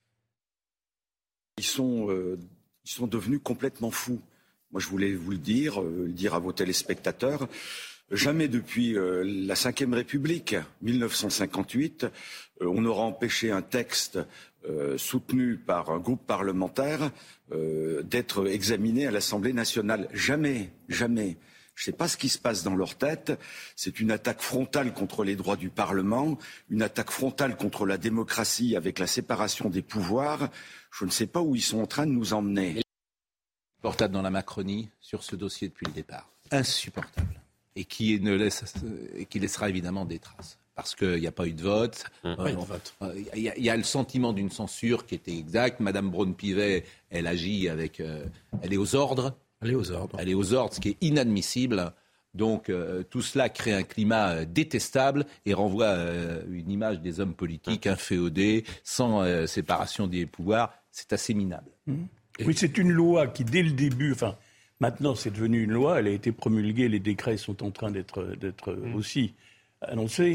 Ils sont, euh, ils sont devenus complètement fous. Moi, je voulais vous le dire, euh, le dire à vos téléspectateurs. Jamais depuis euh, la Cinquième République, mille neuf cent cinquante-huit, euh, on aura empêché un texte euh, soutenu par un groupe parlementaire euh, d'être examiné à l'Assemblée nationale. Jamais, jamais. Je ne sais pas ce qui se passe dans leur tête. C'est une attaque frontale contre les droits du Parlement, une attaque frontale contre la démocratie avec la séparation des pouvoirs. Je ne sais pas où ils sont en train de nous emmener. Insupportable dans la Macronie sur ce dossier depuis le départ. Insupportable. Et qui, ne laisse, et qui laissera évidemment des traces. Parce qu'il n'y a pas eu de vote. Il mmh. euh, y, y, y a le sentiment d'une censure qui était exact. Madame Braun-Pivet, elle agit avec... Euh, elle est aux ordres. Elle est aux ordres. Elle est aux ordres, ce qui est inadmissible. Donc euh, tout cela crée un climat euh, détestable et renvoie euh, une image des hommes politiques inféodés, sans euh, séparation des pouvoirs. C'est assez minable. Mmh. Oui, c'est une loi qui, dès le début... Enfin, maintenant, c'est devenu une loi, elle a été promulguée, les décrets sont en train d'être, d'être mmh. aussi annoncés.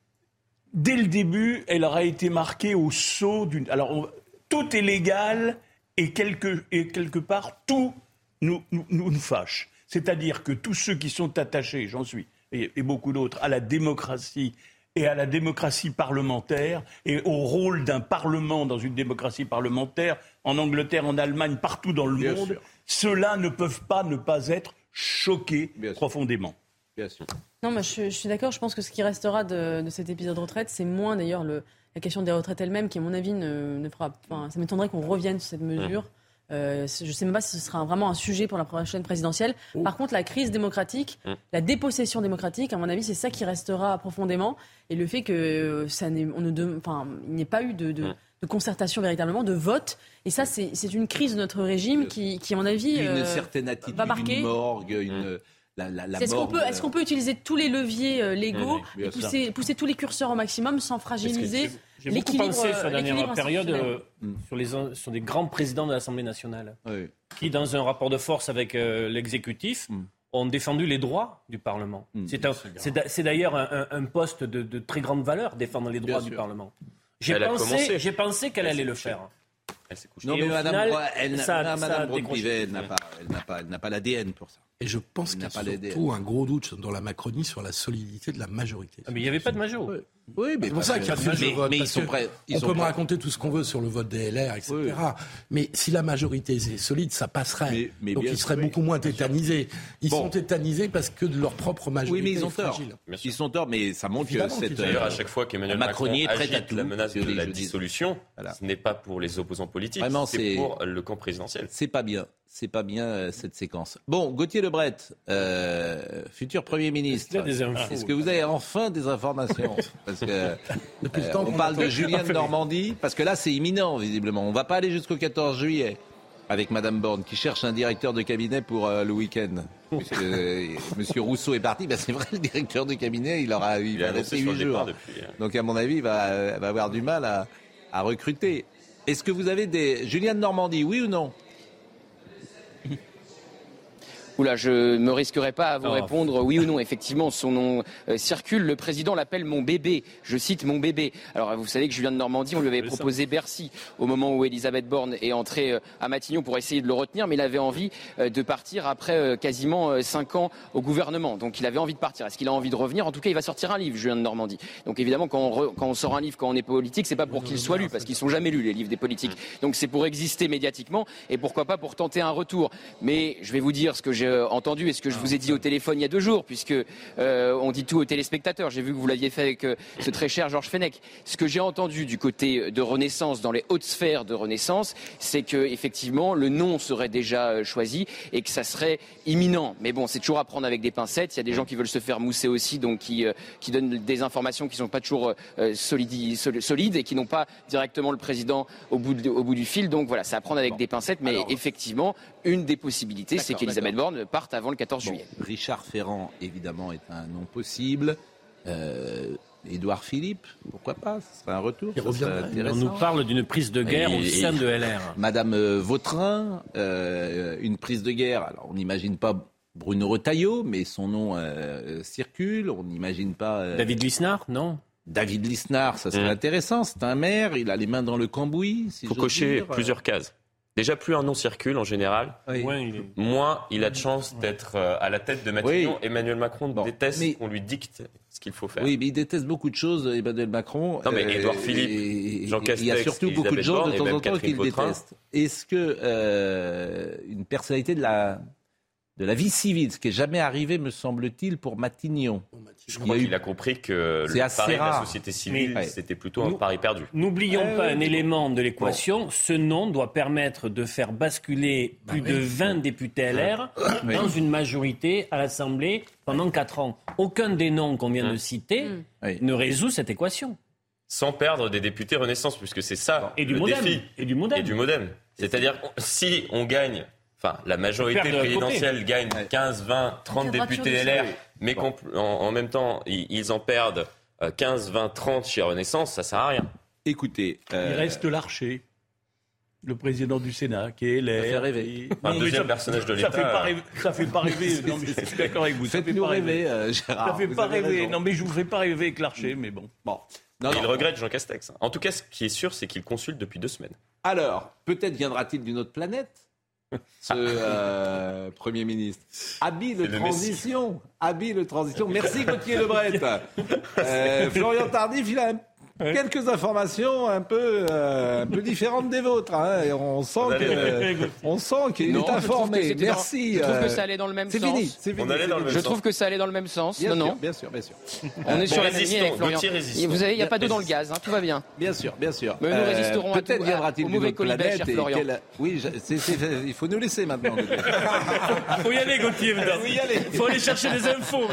Dès le début, elle aura été marquée au sceau d'une... Alors, on... tout est légal et quelque, et quelque part, tout nous, nous, nous fâche. C'est-à-dire que tous ceux qui sont attachés, j'en suis, et, et beaucoup d'autres, à la démocratie et à la démocratie parlementaire et au rôle d'un parlement dans une démocratie parlementaire, en Angleterre, en Allemagne, partout dans le Bien monde, sûr. Ceux-là ne peuvent pas ne pas être choqués Bien profondément. Bien sûr. Non, mais je, je suis d'accord. Je pense que ce qui restera de, de cet épisode de retraite, c'est moins d'ailleurs le, la question des retraites elles-mêmes, qui à mon avis ne, ne fera. Enfin, ça m'étonnerait qu'on revienne sur cette mesure. Mmh. Euh, je ne sais même pas si ce sera vraiment un sujet pour la prochaine présidentielle. Ouh. Par contre, la crise démocratique, mmh. la dépossession démocratique, à mon avis, c'est ça qui restera profondément. Et le fait que ça n'ait, on ne de, enfin, il n'y ait pas eu de, de, mmh. de concertation véritablement, de vote. Et ça, c'est, c'est une crise de notre régime qui, qui à mon avis, une euh, certaine attitude, va marquer. Une morgue, une... La, la, la est-ce, qu'on peut, euh... est-ce qu'on peut utiliser tous les leviers euh, légaux oui, oui, et pousser, pousser tous les curseurs au maximum sans fragiliser j'ai l'équilibre beaucoup pensé sur la dernière période euh, mm. sur, les, sur des grands présidents de l'Assemblée nationale oui. qui, dans un rapport de force avec euh, l'exécutif, mm. ont défendu les droits du Parlement. Mm. C'est, un, c'est, c'est d'ailleurs un, un poste de, de très grande valeur, défendre les droits Bien du sûr. Parlement. J'ai pensé, j'ai pensé qu'elle elle allait le faire. Elle s'est couchée. Non, mais Madame, final, elle, ça, Madame Braun-Pivet, elle n'a pas, elle n'a pas, elle n'a pas l'A D N pour ça. Et je pense qu'il y a surtout un gros doute dans la Macronie sur la solidité de la majorité. Ah, mais il n'y avait pas de majorité. Oui. Oui, mais c'est pour ça qu'il y a fait le vote. Mais ils sont prêts. Ils on sont peut prêts. me raconter tout ce qu'on veut sur le vote des L R, et cetera. Oui. Mais si la majorité est solide, ça passerait. Mais, mais Donc ils seraient oui. beaucoup moins tétanisés. Ils bon. sont tétanisés parce que de leur propre majorité. Oui, mais ils ont tort. Ils sont tort, mais ça montre Évidemment que cette. D'ailleurs, à chaque fois qu'Emmanuel Macron agite la menace de la dissolution, voilà. ce n'est pas pour les opposants politiques, Vraiment, c'est, c'est pour le camp présidentiel. C'est pas bien. C'est pas bien euh, cette séquence. Bon, Gauthier Lebret, euh, futur Premier ministre. Est-ce, infos, est-ce que vous avez enfin des informations ? Parce que euh, on parle de Julien de Normandie, parce que là c'est imminent visiblement. On va pas aller jusqu'au quatorze juillet avec Madame Borne qui cherche un directeur de cabinet pour euh, le week-end. Puisque euh, Monsieur Rousseau est parti, ben c'est vrai, le directeur de cabinet, il aura il, il va rester huit jours. Depuis, hein. Donc à mon avis, il va, va avoir du mal à, à recruter. Est-ce que vous avez des Julien de Normandie, oui ou non ? Oula, je me risquerai pas à vous oh. répondre oui ou non. Effectivement, son nom euh, circule. Le président l'appelle mon bébé. Je cite mon bébé. Alors, vous savez que Julien de Normandie, on lui avait proposé Bercy au moment où Elisabeth Borne est entrée euh, à Matignon pour essayer de le retenir, mais il avait envie euh, de partir après euh, quasiment euh, cinq ans au gouvernement. Donc, il avait envie de partir. Est-ce qu'il a envie de revenir ? En tout cas, il va sortir un livre, Julien de Normandie. Donc, évidemment, quand on, re, quand on sort un livre, quand on est politique, c'est pas pour qu'il soit lu, parce qu'ils sont jamais lus les livres des politiques. Donc, c'est pour exister médiatiquement et pourquoi pas pour tenter un retour. Mais je vais vous dire ce que j'ai entendu et ce que je vous ai dit au téléphone il y a deux jours, puisque euh, on dit tout aux téléspectateurs. J'ai vu que vous l'aviez fait avec euh, ce très cher Georges Fenech. Ce que j'ai entendu du côté de Renaissance, dans les hautes sphères de Renaissance, c'est que effectivement le nom serait déjà euh, choisi et que ça serait imminent. Mais bon, c'est toujours à prendre avec des pincettes. Il y a des gens qui veulent se faire mousser aussi, donc qui euh, qui donnent des informations qui sont pas toujours euh, solidi, sol, solides et qui n'ont pas directement le président au bout de, au bout du fil. Donc voilà, c'est à prendre avec bon. des pincettes. Mais Alors, effectivement, une des possibilités, c'est qu'Elisabeth Borne parte avant le quatorze juillet. Bon, Richard Ferrand, évidemment, est un nom possible. Euh, Édouard Philippe, pourquoi pas ? Ce serait un retour. On nous parle d'une prise de guerre et, au sein et, de L R. Madame Vautrin, euh, une prise de guerre. Alors, on n'imagine pas Bruno Retailleau, mais son nom euh, circule. On n'imagine pas... Euh, David Lisnard, non ? David Lisnard, ça serait mmh. intéressant. C'est un maire, il a les mains dans le cambouis. Il si faut cocher dire. plusieurs cases. Déjà, plus un nom circule en général, oui. moins il a de chances d'être à la tête de Matignon. Oui. Emmanuel Macron bon. déteste mais... qu'on lui dicte ce qu'il faut faire. Oui, mais il déteste beaucoup de choses, Emmanuel Macron. Non, mais euh, Édouard Philippe, et, Jean Castex, il y a surtout Elisabeth beaucoup de gens Borne, de temps en temps qui le détestent. Est-ce que euh, une personnalité de la de la vie civile, ce qui n'est jamais arrivé, me semble-t-il, pour Matignon. Je crois qu'il a compris que le pari de la société civile, mais, c'était plutôt nous, un pari perdu. N'oublions euh, pas un élément de l'équation. Bon. Ce nom doit permettre de faire basculer plus bah oui. de vingt députés L R oui. dans une majorité à l'Assemblée pendant quatre ans. Aucun des noms qu'on vient mmh. de citer mmh. ne résout cette équation. Sans perdre des députés Renaissance, puisque c'est ça et le du modem. défi. Et du modem. Et du modem. C'est-à-dire, si on gagne... Enfin, la majorité présidentielle gagne quinze, vingt, trente députés L R, mais bon. en, en même temps, ils, ils en perdent quinze, vingt, trente chez Renaissance, ça sert à rien. Écoutez... Euh... Il reste Larcher, le président du Sénat, qui est L R. Ça fait rêver. Un non, deuxième ça, personnage de l'État. Ça fait pas rêver. Ça fait pas rêver. Non, mais je suis d'accord avec vous. Faites-nous rêver, euh, Gérard. Ça fait pas rêver. Raison. Non, mais je vous fais pas rêver avec Larcher, mais bon. Bon. Non, non, il regrette Jean Castex. En tout cas, ce qui est sûr, c'est qu'il consulte depuis deux semaines. Alors, peut-être viendra-t-il d'une autre planète ce euh, Premier ministre. Habile transition. Habile transition. Merci Gauthier Lebret. Euh, Florian Tardif, il a un Ouais. Quelques informations un peu, euh, un peu différentes des vôtres. Hein, et on sent que, on sent qu'il non, est informé. Que Merci. Dans, je trouve que ça allait dans le même c'est sens. Fini, c'est fini. On allait dans le même je sens. trouve que ça allait dans le même sens. Bien non, sûr, non. bien sûr, bien sûr. On est bon, sur la même ligne avec Florian. Et vous savez, il n'y a pas d'eau dans le gaz. Hein, tout va bien. Bien sûr, bien sûr. Mais nous résisterons euh, à peut-être viendra-t-il au mauvais colibet, cher Florian. Quel... Oui, je... c'est, c'est... il faut nous laisser maintenant. Il faut y aller, Gauthier. Il faut aller chercher des infos.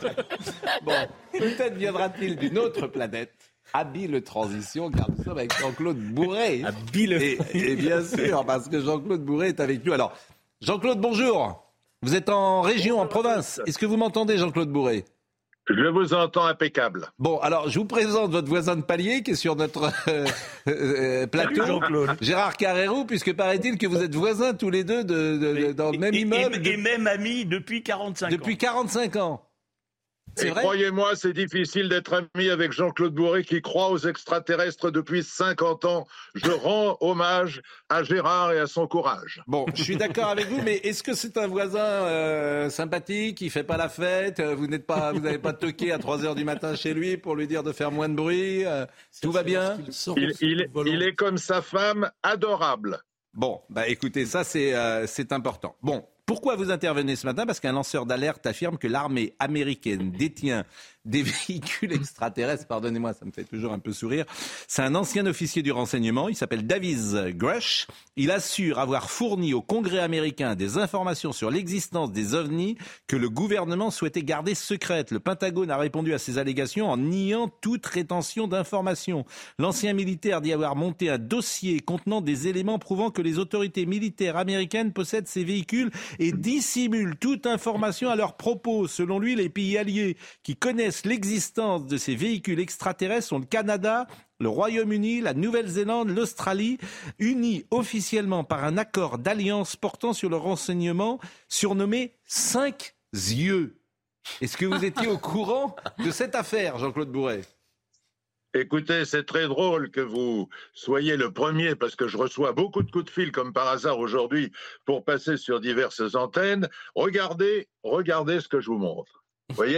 Bon, peut-être viendra-t-il d'une autre planète. Habile transition, car nous sommes avec Jean-Claude Bourret. Habile. Et, et bien sûr, parce que Jean-Claude Bourret est avec nous. Alors, Jean-Claude, bonjour. Vous êtes en région, en province. Est-ce que vous m'entendez, Jean-Claude Bourret ? Je vous entends impeccable. Bon, alors, je vous présente votre voisin de palier qui est sur notre euh, euh, plateau. Jean-Claude. Gérard Carrérou, puisque paraît-il que vous êtes voisins tous les deux de, de, de, dans le même et, immeuble. Et, et même amis depuis quarante-cinq ans. Depuis quarante-cinq ans. Et croyez-moi, c'est difficile d'être ami avec Jean-Claude Bourret qui croit aux extraterrestres depuis cinquante ans. Je rends hommage à Gérard et à son courage. Bon, je suis d'accord avec vous, mais est-ce que c'est un voisin euh, sympathique qui fait pas la fête? Vous n'êtes pas, vous n'avez pas toqué à trois heures du matin chez lui pour lui dire de faire moins de bruit? euh, Tout va bien? il, il, il est comme sa femme, adorable. Bon, bah écoutez, ça c'est euh, c'est important. Bon. Pourquoi vous intervenez ce matin? Parce qu'un lanceur d'alerte affirme que l'armée américaine détient des véhicules extraterrestres. Pardonnez-moi, ça me fait toujours un peu sourire. C'est un ancien officier du renseignement. Il s'appelle David Grush. Il assure avoir fourni au Congrès américain des informations sur l'existence des ovnis que le gouvernement souhaitait garder secrètes. Le Pentagone a répondu à ces allégations en niant toute rétention d'informations. L'ancien militaire dit avoir monté un dossier contenant des éléments prouvant que les autorités militaires américaines possèdent ces véhicules et dissimulent toute information à leur propos. Selon lui, les pays alliés qui connaissent l'existence de ces véhicules extraterrestres sont le Canada, le Royaume-Uni, la Nouvelle-Zélande, l'Australie, unis officiellement par un accord d'alliance portant sur le renseignement surnommé Cinq Yeux. Est-ce que vous étiez au courant de cette affaire, Jean-Claude Bourret ? Écoutez, c'est très drôle que vous soyez le premier, parce que je reçois beaucoup de coups de fil, comme par hasard aujourd'hui, pour passer sur diverses antennes. Regardez, regardez ce que je vous montre. Vous voyez ?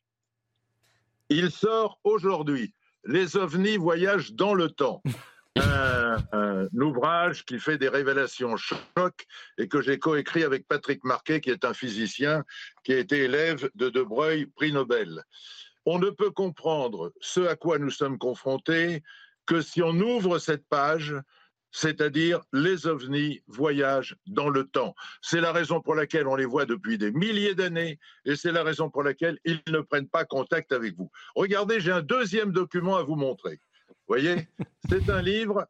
Il sort aujourd'hui. Les ovnis voyagent dans le temps. Un, un ouvrage qui fait des révélations choc et que j'ai coécrit avec Patrick Marquet, qui est un physicien qui a été élève de De Broglie, prix Nobel. On ne peut comprendre ce à quoi nous sommes confrontés que si on ouvre cette page, c'est-à-dire les ovnis voyagent dans le temps. C'est la raison pour laquelle on les voit depuis des milliers d'années et c'est la raison pour laquelle ils ne prennent pas contact avec vous. Regardez, j'ai un deuxième document à vous montrer. Vous voyez, c'est un livre...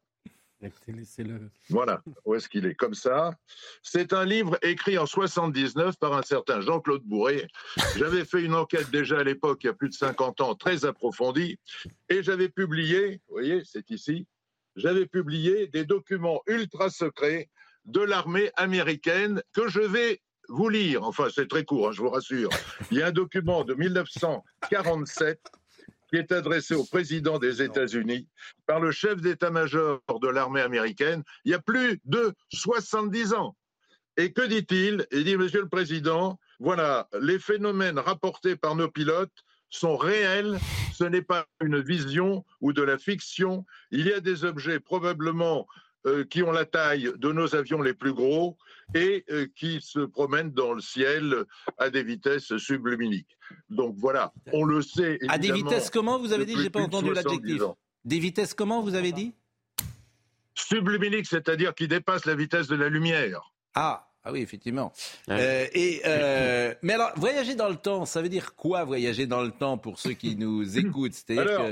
Voilà, où est-ce qu'il est? Comme ça. C'est un livre écrit en soixante-dix-neuf par un certain Jean-Claude Bourret. J'avais fait une enquête déjà à l'époque, il y a plus de cinquante ans, très approfondie, et j'avais publié, vous voyez, c'est ici, j'avais publié des documents ultra secrets de l'armée américaine que je vais vous lire. Enfin, c'est très court, hein, je vous rassure. Il y a un document de mille neuf cent quarante-sept qui est adressé au président des États-Unis par le chef d'état-major de l'armée américaine il y a plus de soixante-dix ans. Et que dit-il? Il dit, Monsieur le Président, voilà, les phénomènes rapportés par nos pilotes sont réels, ce n'est pas une vision ou de la fiction. Il y a des objets probablement euh, qui ont la taille de nos avions les plus gros et euh, qui se promènent dans le ciel à des vitesses subluminiques. Donc voilà, on le sait évidemment. À des vitesses comment, vous avez dit? J'ai pas entendu l'adjectif. Des vitesses comment, vous avez dit? Subluminiques, c'est-à-dire qui dépassent la vitesse de la lumière. Ah Ah oui, effectivement. Euh, et, euh, mais alors, voyager dans le temps, ça veut dire quoi, voyager dans le temps, pour ceux qui nous écoutent? C'est-à-dire alors, que...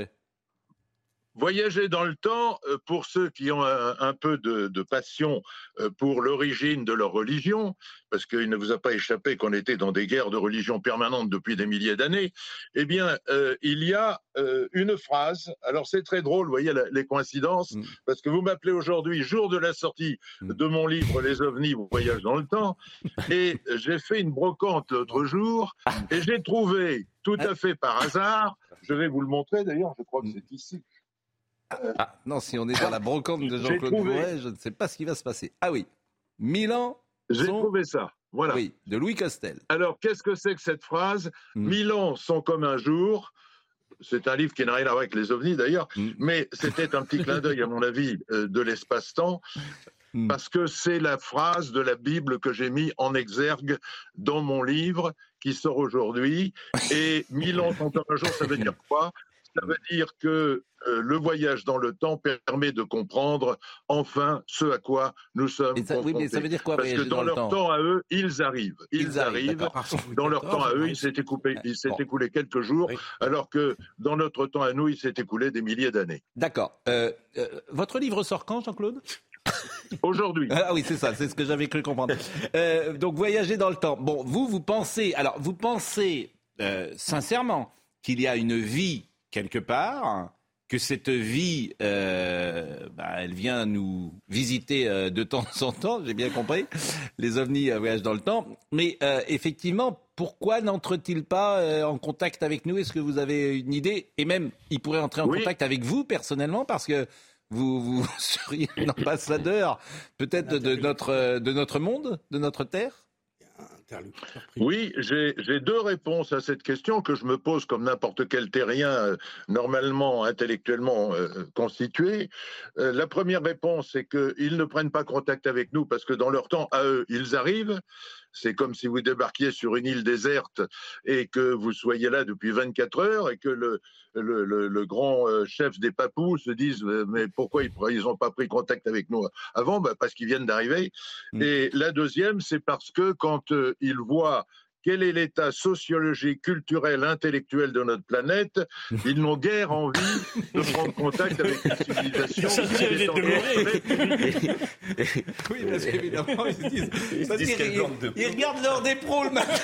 Voyager dans le temps, pour ceux qui ont un, un peu de, de passion pour l'origine de leur religion, parce qu'il ne vous a pas échappé qu'on était dans des guerres de religion permanentes depuis des milliers d'années, eh bien, euh, il y a euh, une phrase, alors c'est très drôle, vous voyez la, les coïncidences, mmh. parce que vous m'appelez aujourd'hui, jour de la sortie mmh. de mon livre « Les ovnis, voyagent dans le temps », et j'ai fait une brocante l'autre jour, et j'ai trouvé, tout à fait par hasard, je vais vous le montrer d'ailleurs, je crois que c'est ici, Ah, non, si on est dans la brocante de Jean-Claude Bourret, je ne sais pas ce qui va se passer. Ah oui, Milan. J'ai sont... trouvé ça, voilà. Oui, de Louis Costel. Alors, qu'est-ce que c'est que cette phrase? mm. Mille ans sont comme un jour. C'est un livre qui n'a rien à voir avec les ovnis d'ailleurs, mm. mais c'était un petit clin d'œil, à mon avis, euh, de l'espace-temps. Mm. Parce que c'est la phrase de la Bible que j'ai mis en exergue dans mon livre qui sort aujourd'hui. Et mille ans sont comme un jour, ça veut dire quoi? Ça veut dire que euh, le voyage dans le temps permet de comprendre enfin ce à quoi nous sommes ça, confrontés. Oui, mais ça veut dire quoi, Parce que dans, dans leur temps, temps à eux, ils arrivent. Ils, ils arrivent. arrivent. Dans leur temps à eux, il s'est écoulé, il s'est bon. écoulé quelques jours, oui. alors que dans notre temps à nous, il s'est écoulé des milliers d'années. D'accord. Euh, euh, votre livre sort quand, Jean-Claude? Aujourd'hui. Ah oui, c'est ça, c'est ce que j'avais cru comprendre. Euh, donc, voyager dans le temps. Bon, vous, vous pensez, alors, vous pensez euh, sincèrement qu'il y a une vie quelque part, que cette vie, euh, bah, elle vient nous visiter euh, de temps en temps, j'ai bien compris, les ovnis euh, voyagent dans le temps, mais euh, effectivement, pourquoi n'entre-t-il pas euh, en contact avec nous? Est-ce que vous avez une idée? Et même, il pourrait entrer en oui. contact avec vous personnellement, parce que vous, vous seriez l'ambassadeur peut-être de notre, de notre monde, de notre terre? Oui, j'ai, j'ai deux réponses à cette question que je me pose comme n'importe quel terrien euh, normalement, intellectuellement euh, constitué. Euh, la première réponse, c'est qu'ils ne prennent pas contact avec nous parce que dans leur temps, à eux, ils arrivent. C'est comme si vous débarquiez sur une île déserte et que vous soyez là depuis vingt-quatre heures et que le, le, le, le grand chef des Papous se dise « mais pourquoi ils n'ont pas pris contact avec nous avant ?» Ben parce qu'ils viennent d'arriver. Mmh. Et la deuxième, c'est parce que quand euh, ils voient quel est l'état sociologique, culturel, intellectuel de notre planète, ils n'ont guère envie de prendre contact avec une civilisation. Ça qui est de oui, parce qu'évidemment, ils se disent... Ils, se disent ils, ils, ils regardent l'heure des pros le matin.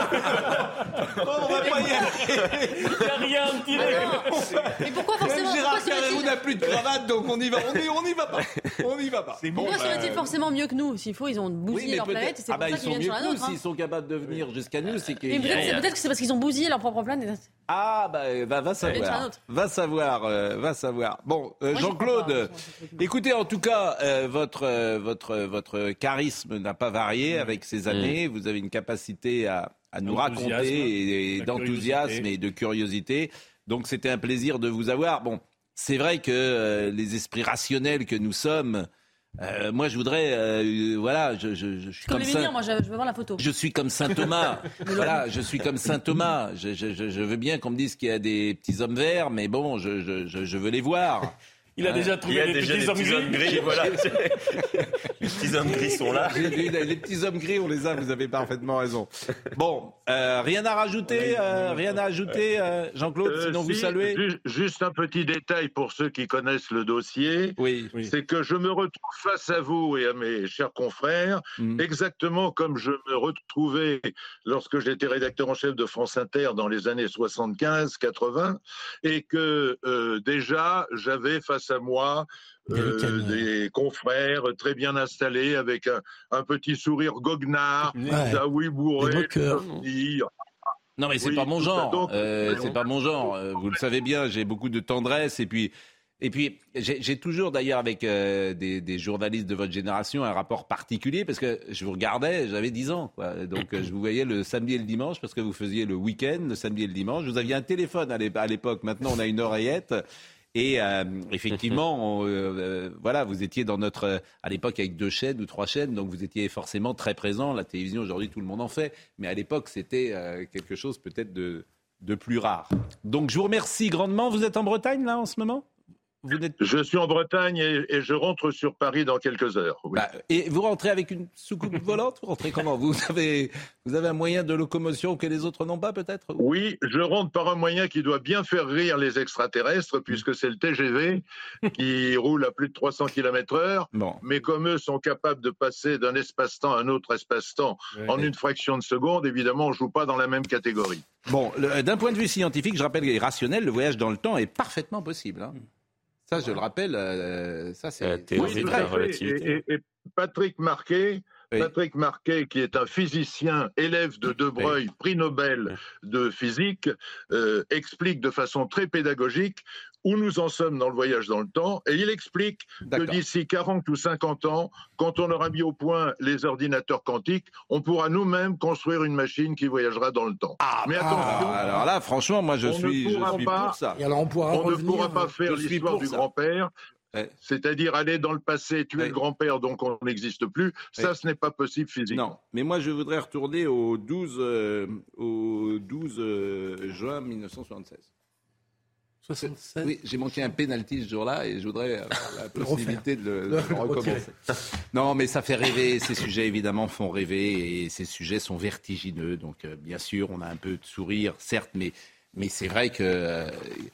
Oh, on va pas y aller. Il n'y a rien de direct. Mais pourquoi forcément... Gérard Carrérou n'a plus de cravate, donc on y va. On n'y on y va pas. On y va pas. Bon, pourquoi bah... serait-il forcément mieux que nous? S'il faut, ils ont bousillé oui, leur planète et c'est ah pour bah, ça qu'ils viennent sur la nôtre. S'ils sont capables de venir jusqu'à nous, c'est qu'ils... Peut-être, peut-être que c'est parce qu'ils ont bousillé leur propre planète. Ah, bah, bah va savoir. Va savoir, euh, va savoir. Bon, euh, Moi, Jean-Claude, écoutez, en tout cas, euh, votre, euh, votre, votre charisme n'a pas varié mmh. avec ces années. Mmh. Vous avez une capacité à, à nous raconter et, et d'enthousiasme et de curiosité. Donc, c'était un plaisir de vous avoir. Bon, c'est vrai que euh, les esprits rationnels que nous sommes, Euh, moi, je voudrais, euh, voilà, je, je, je suis comme, comme les Saint... menhirs, moi, je, je veux voir la photo. Je suis comme Saint Thomas. Voilà, je suis comme Saint Thomas. Je, je, je veux bien qu'on me dise qu'il y a des petits hommes verts, mais bon, je, je, je veux les voir. Il a déjà trouvé les petits hommes gris. gris. Voilà. Les petits hommes gris sont là. Les, les petits hommes gris, on les a, vous avez parfaitement raison. Bon, euh, rien à rajouter, euh, rien à ajouter, euh, Jean-Claude, euh, sinon si, vous saluez. Juste un petit détail pour ceux qui connaissent le dossier. Oui, oui. C'est que je me retrouve face à vous et à mes chers confrères, mmh. exactement comme je me retrouvais lorsque j'étais rédacteur en chef de France Inter dans les années soixante-quinze quatre-vingts, et que euh, déjà, j'avais face à moi euh, des confrères très bien installés avec un, un petit sourire goguenard, ouais. oui bourré, non mais c'est oui, pas mon genre, donc, euh, c'est pas mon genre. Vous le savez bien, j'ai beaucoup de tendresse et puis et puis j'ai, j'ai toujours d'ailleurs avec euh, des, des journalistes de votre génération un rapport particulier parce que je vous regardais, j'avais dix ans, quoi. Donc je vous voyais le samedi et le dimanche parce que vous faisiez le week-end, le samedi et le dimanche. Vous aviez un téléphone à l'époque, maintenant on a une oreillette. Et euh, effectivement, on, euh, voilà, vous étiez dans notre, euh, à l'époque avec deux chaînes ou trois chaînes, donc vous étiez forcément très présent. La télévision aujourd'hui, tout le monde en fait, mais à l'époque, c'était euh, quelque chose peut-être de, de plus rare. Donc je vous remercie grandement. Vous êtes en Bretagne là en ce moment ? Vous êtes... Je suis en Bretagne et, et je rentre sur Paris dans quelques heures. Oui. Bah, et vous rentrez avec une soucoupe volante ? Vous rentrez comment ? vous avez, vous avez un moyen de locomotion que les autres n'ont pas peut-être ? Oui, je rentre par un moyen qui doit bien faire rire les extraterrestres puisque c'est le T G V qui roule à plus de trois cents kilomètres heure. Bon. Mais comme eux sont capables de passer d'un espace-temps à un autre espace-temps oui. en une fraction de seconde, évidemment, on ne joue pas dans la même catégorie. Bon, le, d'un point de vue scientifique, je rappelle et rationnel, le voyage dans le temps est parfaitement possible. Hein. Ça, je le rappelle, euh, ça c'est... La théorie de la relativité. Et, et, et Patrick Marquet, oui. Patrick Marquet, qui est un physicien, élève de De Broglie, oui. prix Nobel de physique, euh, explique de façon très pédagogique où nous en sommes dans le voyage dans le temps, et il explique D'accord. que d'ici quarante ou cinquante ans, quand on aura mis au point les ordinateurs quantiques, on pourra nous-mêmes construire une machine qui voyagera dans le temps. Ah, Mais attention, ah, alors là, franchement, moi je suis, je suis pas, pour ça. Et alors on pourra on revenir, ne pourra pas faire l'histoire du ça. grand-père. Ouais. C'est-à-dire aller dans le passé, tuer ouais. le grand-père, donc on n'existe plus. Ça, ouais. ce n'est pas possible physiquement. Non, mais moi, je voudrais retourner au douze, euh, au douze euh, juin mille neuf cent soixante-seize. soixante-seize Oui, j'ai manqué un pénalty ce jour-là et je voudrais avoir la possibilité de le, de le recommencer. Non, mais ça fait rêver. Ces sujets, évidemment, font rêver et ces sujets sont vertigineux. Donc, euh, bien sûr, on a un peu de sourire, certes, mais, mais c'est vrai que... Euh,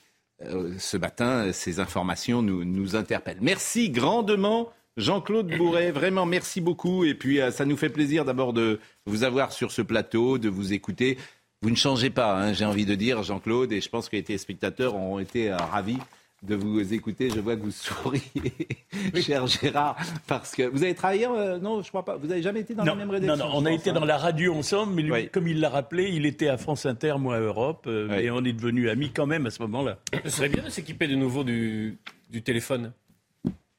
Euh, ce matin, ces informations nous, nous interpellent. Merci grandement, Jean-Claude Bourret. Vraiment, merci beaucoup. Et puis, euh, ça nous fait plaisir d'abord de vous avoir sur ce plateau, de vous écouter. Vous ne changez pas, hein, j'ai envie de dire, Jean-Claude, et je pense que les téléspectateurs ont été euh, ravis de vous écouter. Je vois que vous souriez, cher Gérard, parce que vous avez travaillé, euh, non, je crois pas, vous n'avez jamais été dans non, la même rédaction. Non, non, on a été hein. dans la radio ensemble, mais lui, oui. comme il l'a rappelé, il était à France Inter, moi à Europe, euh, oui. et on est devenus amis quand même à ce moment-là. Ce serait bien de s'équiper de nouveau du, du téléphone. Marine ?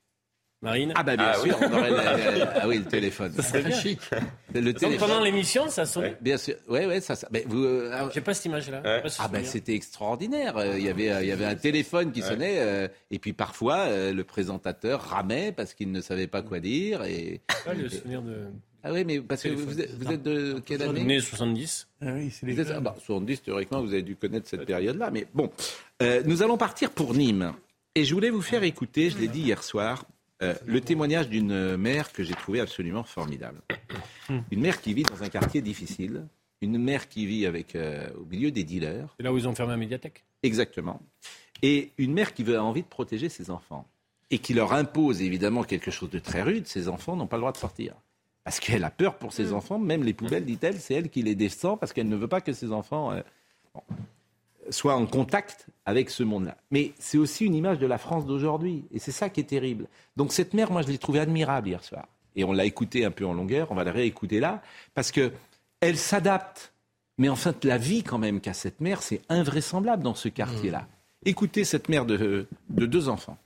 Ah bah bien ah, sûr, oui. on aurait la, la, ah oui, le téléphone. Ça serait bien. Chic. Le téléphone. Pendant l'émission, ça sonnait. Ouais. Bien sûr, oui, oui, ça. ça mais vous, euh, j'ai pas cette image-là. Ouais. Pas si ah bah c'était extraordinaire. Il y avait, il y avait un téléphone qui ouais. sonnait, euh, et puis parfois euh, le présentateur ramait parce qu'il ne savait pas quoi dire. Et, ah, le souvenir de. Ah oui, mais parce que vous, vous, êtes, vous êtes de quelle année ? Né soixante-dix. Ah oui, c'est les vous êtes, ah bah, soixante-dix, théoriquement, vous avez dû connaître cette période-là. Mais bon, euh, nous allons partir pour Nîmes. Et je voulais vous faire écouter, je l'ai dit hier soir, Euh, le témoignage d'une mère que j'ai trouvé absolument formidable. Une mère qui vit dans un quartier difficile, une mère qui vit avec, euh, au milieu des dealers. C'est là où ils ont fermé la médiathèque. Exactement. Et une mère qui veut, a envie de protéger ses enfants et qui leur impose évidemment quelque chose de très rude. Ses enfants n'ont pas le droit de sortir. Parce qu'elle a peur pour ses enfants, même les poubelles, dit-elle, c'est elle qui les descend parce qu'elle ne veut pas que ses enfants... Euh, bon. soit en contact avec ce monde-là. Mais c'est aussi une image de la France d'aujourd'hui. Et c'est ça qui est terrible. Donc cette mère, moi, je l'ai trouvée admirable hier soir. Et on l'a écoutée un peu en longueur, on va la réécouter là, parce qu'elle s'adapte. Mais en fait, la vie quand même qu'a cette mère, c'est invraisemblable dans ce quartier-là. Mmh. Écoutez cette mère de, de deux enfants.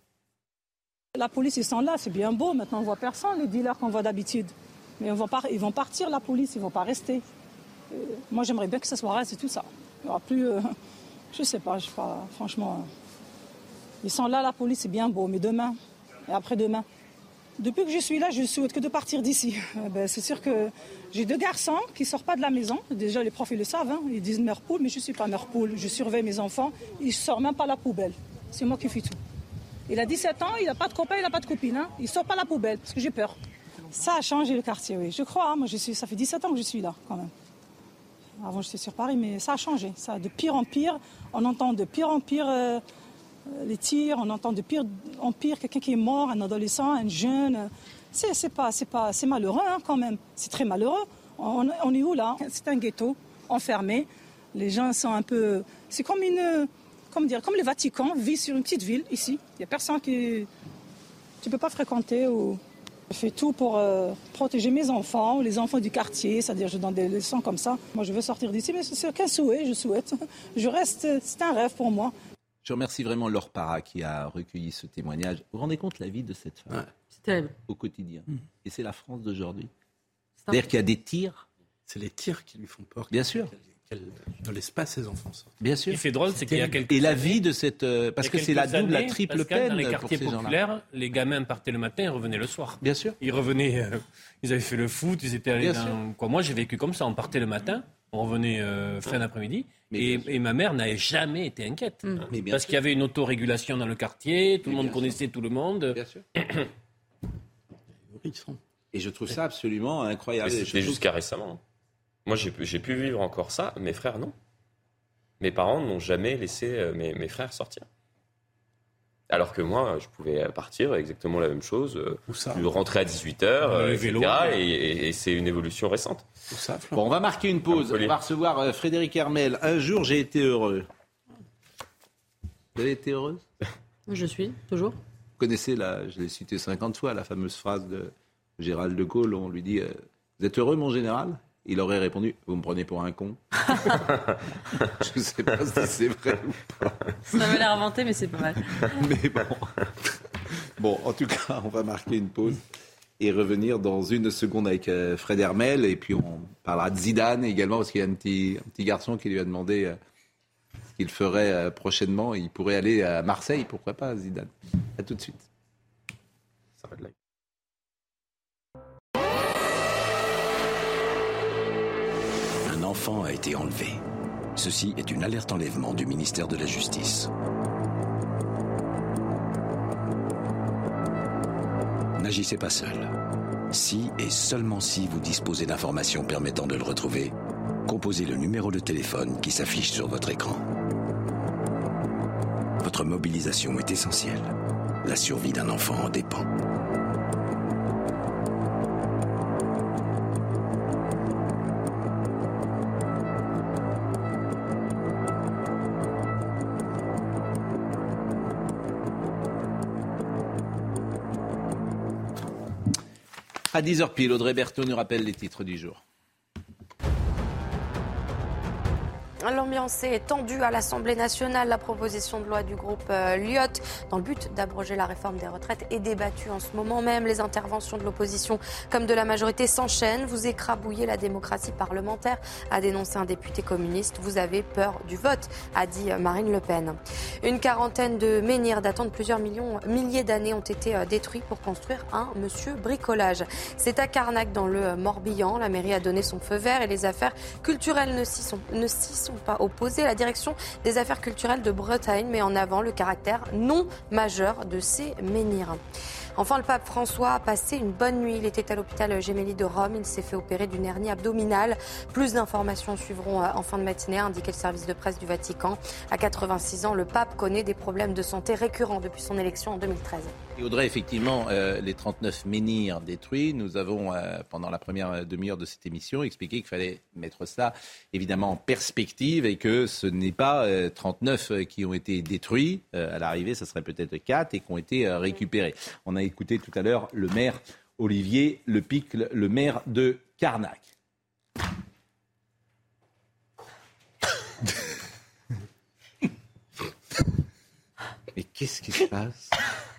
La police, ils sont là, c'est bien beau. Maintenant, on ne voit personne, les dealers qu'on voit d'habitude. Mais ils vont, pas, ils vont partir, la police, ils ne vont pas rester. Euh, moi, j'aimerais bien que ce soit reste et tout ça. Il n'y aura plus... Euh... Je sais pas, je sais pas, franchement. Ils sont là, la police, c'est bien beau, mais demain et après-demain. Depuis que je suis là, je ne souhaite que de partir d'ici. Euh, ben, c'est sûr que j'ai deux garçons qui ne sortent pas de la maison. Déjà, les profs, ils le savent, hein. Ils disent mère poule, mais je ne suis pas mère poule. Je surveille mes enfants, ils ne sortent même pas la poubelle. C'est moi qui fais tout. Il a dix-sept ans, il n'a pas de copain, il n'a pas de copine. Hein. Il ne sort pas la poubelle, parce que j'ai peur. Ça a changé le quartier, oui. Je crois, hein. Moi, je suis, ça fait dix-sept ans que je suis là, quand même. Avant, j'étais sur Paris, mais ça a changé. Ça, de pire en pire, on entend de pire en pire euh, les tirs, on entend de pire en pire quelqu'un qui est mort, un adolescent, un jeune. C'est, c'est, pas, c'est, pas, c'est malheureux, hein, quand même. C'est très malheureux. On, on est où, là ? C'est un ghetto, enfermé. Les gens sont un peu... C'est comme une... Comment dire ? Comme le Vatican vit sur une petite ville, ici. Il n'y a personne qui... Tu ne peux pas fréquenter ou... Je fais tout pour euh, protéger mes enfants, les enfants du quartier, c'est-à-dire je donne des leçons comme ça. Moi, je veux sortir d'ici, mais c'est qu'un souhait, je souhaite. Je reste, c'est un rêve pour moi. Je remercie vraiment Laure Parra qui a recueilli ce témoignage. Vous vous rendez compte la vie de cette femme ouais, c'est terrible. Au quotidien. Mmh. Et c'est la France d'aujourd'hui. C'est-à-dire qu'il y a des tirs. C'est les tirs qui lui font peur. Bien sûr. Qu'elle ne laisse pas ses enfants sortir. Bien sûr. Ce qui fait drôle, c'est qu'il y a quelques Et la vie de cette... Euh, parce que c'est la double, la triple Pascal, peine dans les quartiers pour ces populaires, gens-là. Les gamins partaient le matin et revenaient le soir. Bien sûr. Ils revenaient... Euh, ils avaient fait le foot, ils étaient allés Bien dans... Quoi, moi, j'ai vécu comme ça. On partait le matin, on revenait euh, fin d'après-midi. Et, et ma mère n'avait jamais été inquiète. Mmh. Mais bien parce sûr. Qu'il y avait une autorégulation dans le quartier, tout mais le monde connaissait sûr. Tout le monde. Bien sûr. Et je trouve ça absolument incroyable. Mais c'était jusqu'à récemment. Moi, j'ai, j'ai pu vivre encore ça, mes frères, non. Mes parents n'ont jamais laissé euh, mes, mes frères sortir. Alors que moi, je pouvais partir, exactement la même chose. Où ça ? Je rentrais à dix-huit heures, euh, et cetera. Et, et, et c'est une évolution récente. Où ça, bon, on va marquer une pause. On va recevoir euh, Frédéric Hermel. Un jour, j'ai été heureux. Vous avez été heureuse ? Je suis, toujours. Vous connaissez, la, je l'ai cité cinquante fois, la fameuse phrase de Gérald de Gaulle. On lui dit euh, « Vous êtes heureux, mon général ?» Il aurait répondu « Vous me prenez pour un con ?» Je ne sais pas si c'est vrai ou pas. Ça avait l'air inventé, mais c'est pas mal. Mais bon. Bon, en tout cas, on va marquer une pause et revenir dans une seconde avec euh, Fred Hermel. Et puis, on parlera de Zidane également, parce qu'il y a un petit, un petit garçon qui lui a demandé euh, ce qu'il ferait euh, prochainement. Il pourrait aller à Marseille, pourquoi pas, Zidane. À tout de suite. Ça va de là. Un enfant a été enlevé. Ceci est une alerte enlèvement du ministère de la Justice. N'agissez pas seul. Si et seulement si vous disposez d'informations permettant de le retrouver, composez le numéro de téléphone qui s'affiche sur votre écran. Votre mobilisation est essentielle. La survie d'un enfant en dépend. À dix heures pile, Audrey Berthaud nous rappelle les titres du jour. L'ambiance est tendue à l'Assemblée nationale. La proposition de loi du groupe euh, Lyot dans le but d'abroger la réforme des retraites est débattue en ce moment même. Les interventions de l'opposition comme de la majorité s'enchaînent. Vous écrabouillez la démocratie parlementaire, a dénoncé un député communiste. Vous avez peur du vote, a dit Marine Le Pen. Une quarantaine de menhirs datant de plusieurs millions, milliers d'années ont été euh, détruits pour construire un monsieur bricolage. C'est à Carnac dans le Morbihan. La mairie a donné son feu vert et les affaires culturelles ne s'y sont, ne s'y sont pas opposés. La direction des affaires culturelles de Bretagne met en avant le caractère non majeur de ces menhirs. Enfin, le pape François a passé une bonne nuit. Il était à l'hôpital Gemelli de Rome. Il s'est fait opérer d'une hernie abdominale. Plus d'informations suivront en fin de matinée, a indiqué le service de presse du Vatican. À quatre-vingt-six ans, le pape connaît des problèmes de santé récurrents depuis son élection en deux mille treize. Et Audrey, effectivement, euh, les trente-neuf menhirs détruits, nous avons, euh, pendant la première demi-heure de cette émission, expliqué qu'il fallait mettre ça, évidemment, en perspective et que ce n'est pas euh, trente-neuf qui ont été détruits. Euh, à l'arrivée, ça serait peut-être quatre et qui ont été euh, récupérés. On a écouté tout à l'heure le maire Olivier Lepicle, le maire de Carnac. Mais qu'est-ce qui se passe ?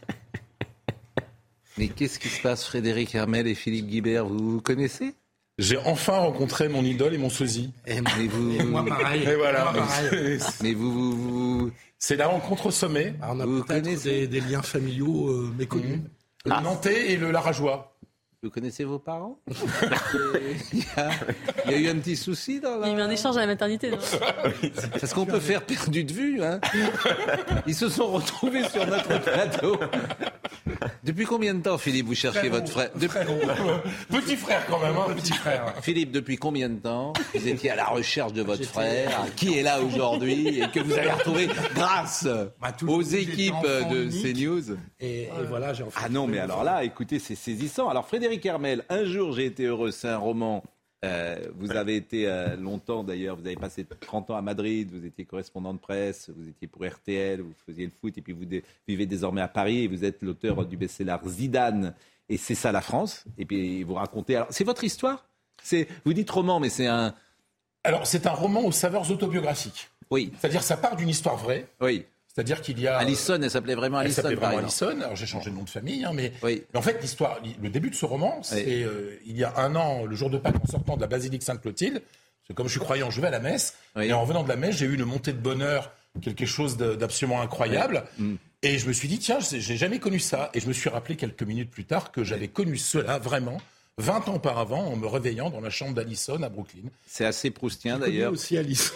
Mais qu'est-ce qui se passe, Frédéric Hermel et Philippe Guibert, vous vous connaissez ? J'ai enfin rencontré mon idole et mon sosie. Et, mais vous, et moi pareil. Et voilà. Moi pareil. Mais vous, vous, vous... C'est la rencontre au sommet. Alors on a vous peut-être des, des liens familiaux euh, méconnus. Mmh. Le ah. Nantais et le Larageois. Vous connaissez vos parents ? il, y a, il y a eu un petit souci dans la... Il y a eu un échange à la maternité, non ? Parce qu'on peut faire perdu de vue. Hein. Ils se sont retrouvés sur notre plateau. Depuis combien de temps, Philippe, vous cherchez frère votre frère, depuis... Petit frère quand même, hein, petit frère. Philippe, depuis combien de temps vous étiez à la recherche de votre frère, qui est là aujourd'hui et que vous avez retrouvé grâce bah, aux équipes de CNews. Et, et voilà, j'ai enfin Ah non, mais alors là, écoutez, c'est saisissant. Alors Frédéric Hermel, Un jour j'ai été heureux, c'est un roman. Euh, vous avez été euh, longtemps d'ailleurs, vous avez passé trente ans à Madrid, vous étiez correspondant de presse, vous étiez pour R T L, vous faisiez le foot et puis vous dé- vivez désormais à Paris et vous êtes l'auteur du best-seller Zidane et c'est ça la France. Et puis vous racontez, alors c'est votre histoire ? C'est, vous dites roman mais c'est un... Alors c'est un roman aux saveurs autobiographiques. Oui. C'est-à-dire ça part d'une histoire vraie. Oui. C'est-à-dire qu'il y a... Alison, elle s'appelait vraiment Alison. Elle s'appelait vraiment Alison, alors j'ai changé de nom de famille, hein, mais... Oui. mais en fait, l'histoire, le début de ce roman, c'est oui. euh, il y a un an, le jour de Pâques, en sortant de la basilique Sainte-Clotilde, parce que comme je suis croyant, je vais à la messe, oui. et en revenant de la messe, j'ai eu une montée de bonheur, quelque chose de, d'absolument incroyable, oui. mm. et je me suis dit, tiens, j'ai jamais connu ça, et je me suis rappelé quelques minutes plus tard que j'avais connu cela, vraiment, vingt ans auparavant, en me réveillant dans la chambre d'Alison à Brooklyn. C'est assez proustien d'ailleurs. aussi Alison.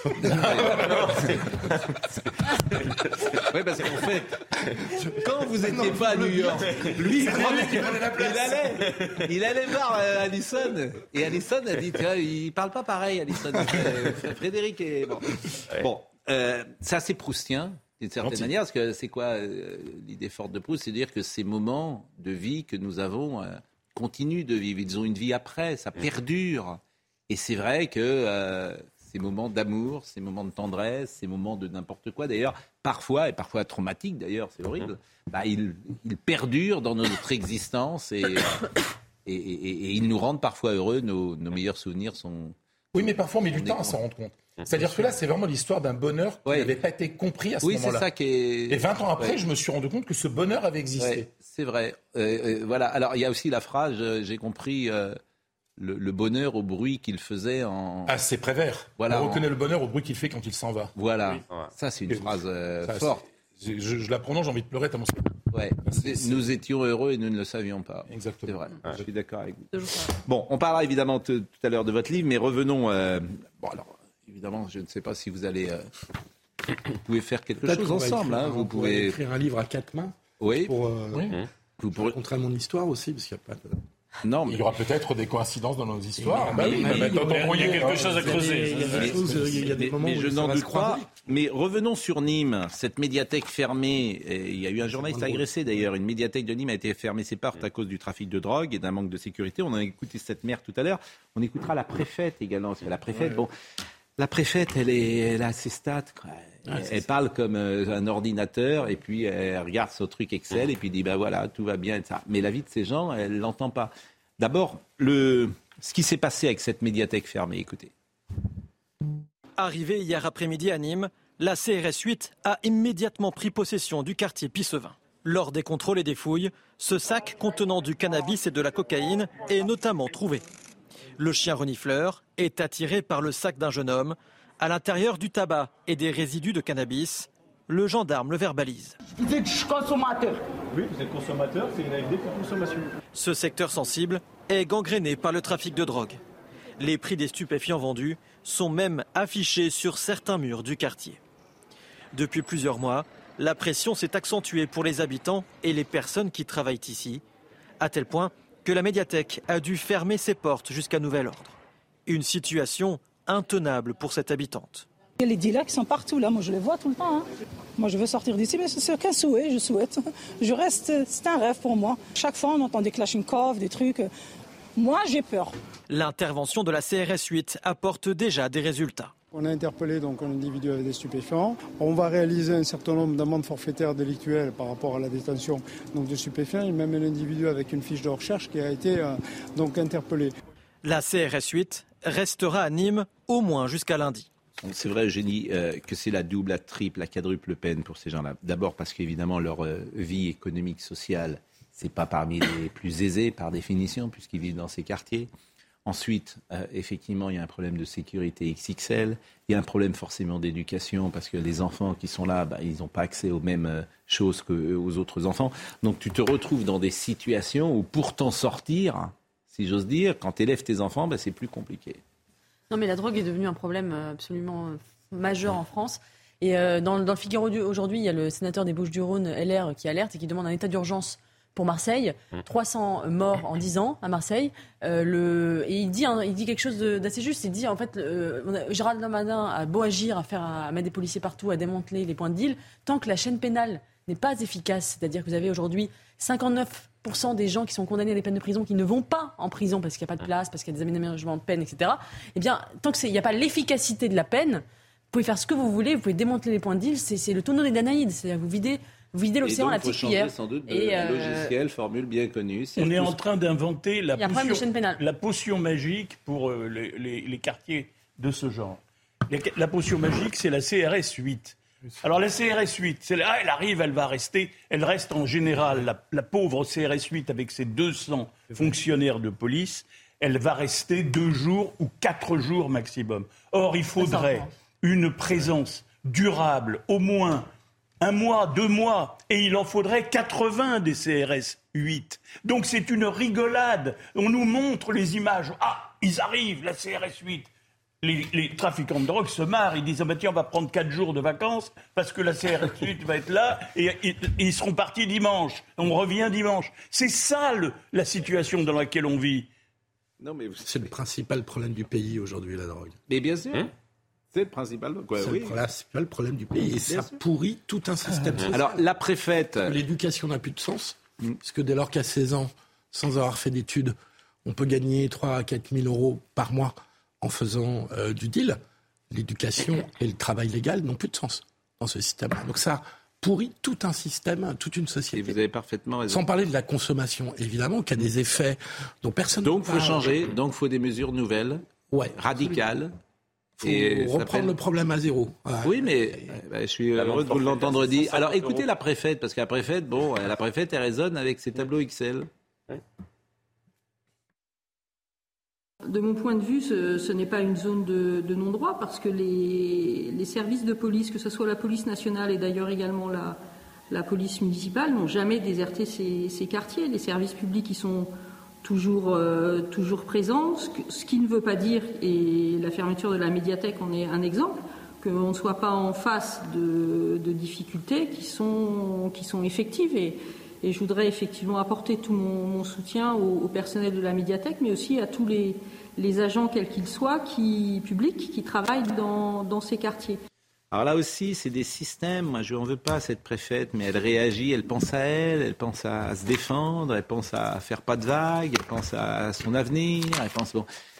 Oui, parce qu'en fait, quand vous n'étiez pas à New York, lui, il, croyait qu'il prenait la place. Il allait, il allait voir euh, Alison. Et Alison a dit, tiens, il parle pas pareil, Alison. Euh, Frédéric est... Bon, bon euh, c'est assez proustien. D'une certaine Gentil. manière, parce que c'est quoi euh, l'idée forte de Proust ? C'est de dire que ces moments de vie que nous avons... Euh, continuent de vivre, ils ont une vie après, ça perdure. Et c'est vrai que euh, ces moments d'amour, ces moments de tendresse, ces moments de n'importe quoi, d'ailleurs, parfois, et parfois traumatiques d'ailleurs, c'est horrible, bah, ils, ils perdurent dans notre existence et, et, et, et, et ils nous rendent parfois heureux, nos, nos meilleurs souvenirs sont... Oui, mais parfois on met du temps à s'en rendre compte. C'est-à-dire que là, c'est vraiment l'histoire d'un bonheur qui n'avait ouais. pas été compris à ce oui, moment-là. Oui, c'est ça qui est... Et vingt ans après, ouais. je me suis rendu compte que ce bonheur avait existé. Ouais, c'est vrai. Euh, euh, voilà. Alors, il y a aussi la phrase, euh, j'ai compris, euh, le, le bonheur au bruit qu'il faisait en... Ah, c'est Prévert. Voilà, on en... reconnaît le bonheur au bruit qu'il fait quand il s'en va. Voilà. Oui. Ça, c'est une Et phrase euh, ça, forte. Je, je la prononce, j'ai envie de pleurer tellement... Ouais. C'est, c'est... Nous étions heureux et nous ne le savions pas. Exactement. C'est vrai. Ouais. Je suis d'accord avec vous. Bon, on parlera évidemment t- tout à l'heure de votre livre, mais revenons... Euh... Bon, alors... Évidemment, je ne sais pas si vous allez... Euh, vous pouvez faire quelque Peut-être chose ensemble. Écrire, hein, vous pouvez écrire un livre à quatre mains. Oui. Pour euh, oui. Vous pourrez raconter mon histoire aussi, parce qu'il n'y a pas de... Non, mais... Il y aura peut-être des coïncidences dans nos histoires. Bah oui, mais, mais, il y a quelque chose à creuser. Il y a des, choses, il y a des moments mais où je n'en doute pas. Mais revenons sur Nîmes, cette médiathèque fermée. Et il y a eu un journaliste agressé d'ailleurs. Une médiathèque de Nîmes a été fermée ses portes à cause du trafic de drogue et d'un manque de sécurité. On a écouté cette maire tout à l'heure. On écoutera la préfète également. Parce que la préfète, ouais. bon... La préfète, elle, est, elle a ses stats. Quoi. Ah, elle ça. parle comme euh, un ordinateur et puis elle regarde son truc Excel et puis dit ben voilà, tout va bien. Et ça. Mais la vie de ces gens, elle l'entend pas. D'abord, le, ce qui s'est passé avec cette médiathèque fermée, écoutez. Arrivé hier après-midi à Nîmes, la C R S huit a immédiatement pris possession du quartier Pissevin. Lors des contrôles et des fouilles, ce sac contenant du cannabis et de la cocaïne est notamment trouvé. Le chien renifleur est attiré par le sac d'un jeune homme. À l'intérieur du tabac et des résidus de cannabis, le gendarme le verbalise. Vous êtes consommateur. Oui, vous êtes consommateur, c'est une A F D pour consommation. Ce secteur sensible est gangréné par le trafic de drogue. Les prix des stupéfiants vendus sont même affichés sur certains murs du quartier. Depuis plusieurs mois, la pression s'est accentuée pour les habitants et les personnes qui travaillent ici, à tel point que la médiathèque a dû fermer ses portes jusqu'à nouvel ordre. Une situation intenable pour cette habitante. Il y a les dealers qui sont partout là, moi je les vois tout le temps. Hein. Moi je veux sortir d'ici, mais c'est qu'un souhait, je souhaite. Je reste, c'est un rêve pour moi. Chaque fois on entend des Kalachnikov, des trucs. Moi j'ai peur. L'intervention de la C R S huit apporte déjà des résultats. On a interpellé donc un individu avec des stupéfiants. On va réaliser un certain nombre d'amendes forfaitaires délictuelles par rapport à la détention donc, de stupéfiants. Il y a même un individu avec une fiche de recherche qui a été euh, donc interpellé. La C R S huit restera à Nîmes au moins jusqu'à lundi. C'est vrai, Eugénie, euh, que c'est la double, la triple, la quadruple peine pour ces gens-là. D'abord parce qu'évidemment, leur euh, vie économique, sociale, c'est pas parmi les plus aisées par définition, puisqu'ils vivent dans ces quartiers. Ensuite, euh, effectivement, il y a un problème de sécurité X X L. Il y a un problème forcément d'éducation, parce que les enfants qui sont là, bah, ils n'ont pas accès aux mêmes euh, choses qu'aux autres enfants. Donc tu te retrouves dans des situations où pour t'en sortir, si j'ose dire, quand tu élèves tes enfants, bah, c'est plus compliqué. Non, mais la drogue est devenue un problème absolument majeur en France. Et euh, dans, dans le Figaro aujourd'hui, il y a le sénateur des Bouches-du-Rhône, L R, qui alerte et qui demande un état d'urgence pour Marseille. trois cents morts en dix ans à Marseille. Euh, le, et il dit, hein, il dit quelque chose de, d'assez juste. Il dit, en fait, euh, Gérald Darmanin a beau agir, à, faire, à mettre des policiers partout, à démanteler les points de deal, tant que la chaîne pénale n'est pas efficace, c'est-à-dire que vous avez aujourd'hui cinquante-neuf pour cent des gens qui sont condamnés à des peines de prison qui ne vont pas en prison parce qu'il n'y a pas de place, parce qu'il y a des aménagements de peine, et cetera. Eh bien, tant qu'il n'y a pas l'efficacité de la peine, vous pouvez faire ce que vous voulez, vous pouvez démanteler les points de deal, c'est, c'est le tonneau des Danaïdes, c'est-à-dire vous videz, vous videz l'océan à la petite cuillère. Il faut changer sans doute de et euh... logiciel, formule bien connue. On est en train d'inventer la potion, pénale. la potion magique pour euh, les, les, les quartiers de ce genre. La, la potion magique, c'est la C R S huit. Alors la C R S huit, c'est là, elle arrive, elle va rester, elle reste en général, la, la pauvre C R S huit avec ses deux cents fonctionnaires de police, elle va rester deux jours ou quatre jours maximum. Or, il faudrait une présence durable, au moins un mois, deux mois, et il en faudrait quatre-vingts des C R S huit. Donc c'est une rigolade. On nous montre les images. Ah, ils arrivent, la C R S huit. Les, les trafiquants de drogue se marrent, ils disent ah ben tiens, on va prendre quatre jours de vacances parce que la C R S huit va être là et, et, et ils seront partis dimanche. On revient dimanche. C'est ça le, la situation dans laquelle on vit. Non, mais c'est le principal problème du pays aujourd'hui, la drogue. Mais bien sûr. Hein c'est le principal, quoi, c'est oui. le principal problème du pays. Et ça sûr. pourrit tout un système social. Alors, la préfète... L'éducation n'a plus de sens, mmh. parce que dès lors qu'à seize ans, sans avoir fait d'études, on peut gagner trois à quatre mille euros par mois en faisant euh, du deal, l'éducation et le travail légal n'ont plus de sens dans ce système-là. Donc ça pourrit tout un système, toute une société. Et vous avez parfaitement raison. Sans parler de la consommation, évidemment, qui a des effets dont personne ne Donc il faut changer, donc il faut des mesures nouvelles, ouais, radicales. Il faut reprendre le problème à zéro. Ouais. Oui, mais bah, je suis heureux de vous l'entendre dire. Alors écoutez la préfète, parce que la préfète, bon, la préfète, elle raisonne avec ses tableaux Excel. Ouais. De mon point de vue, ce, ce n'est pas une zone de, de non-droit parce que les, les services de police, que ce soit la police nationale et d'ailleurs également la, la police municipale, n'ont jamais déserté ces, ces quartiers. Les services publics y sont toujours, euh, toujours présents, ce, que, ce qui ne veut pas dire, et la fermeture de la médiathèque en est un exemple, qu'on ne soit pas en face de, de difficultés qui sont, qui sont effectives. Et, Et je voudrais effectivement apporter tout mon, mon soutien au, au personnel de la médiathèque, mais aussi à tous les, les agents, quels qu'ils soient, qui, publics, qui travaillent dans, dans ces quartiers. Alors là aussi, c'est des systèmes. Moi, je n'en veux pas, cette préfète, mais elle réagit, elle pense à elle, elle pense à se défendre, elle pense à faire pas de vagues, elle pense à son avenir, elle pense... Bon,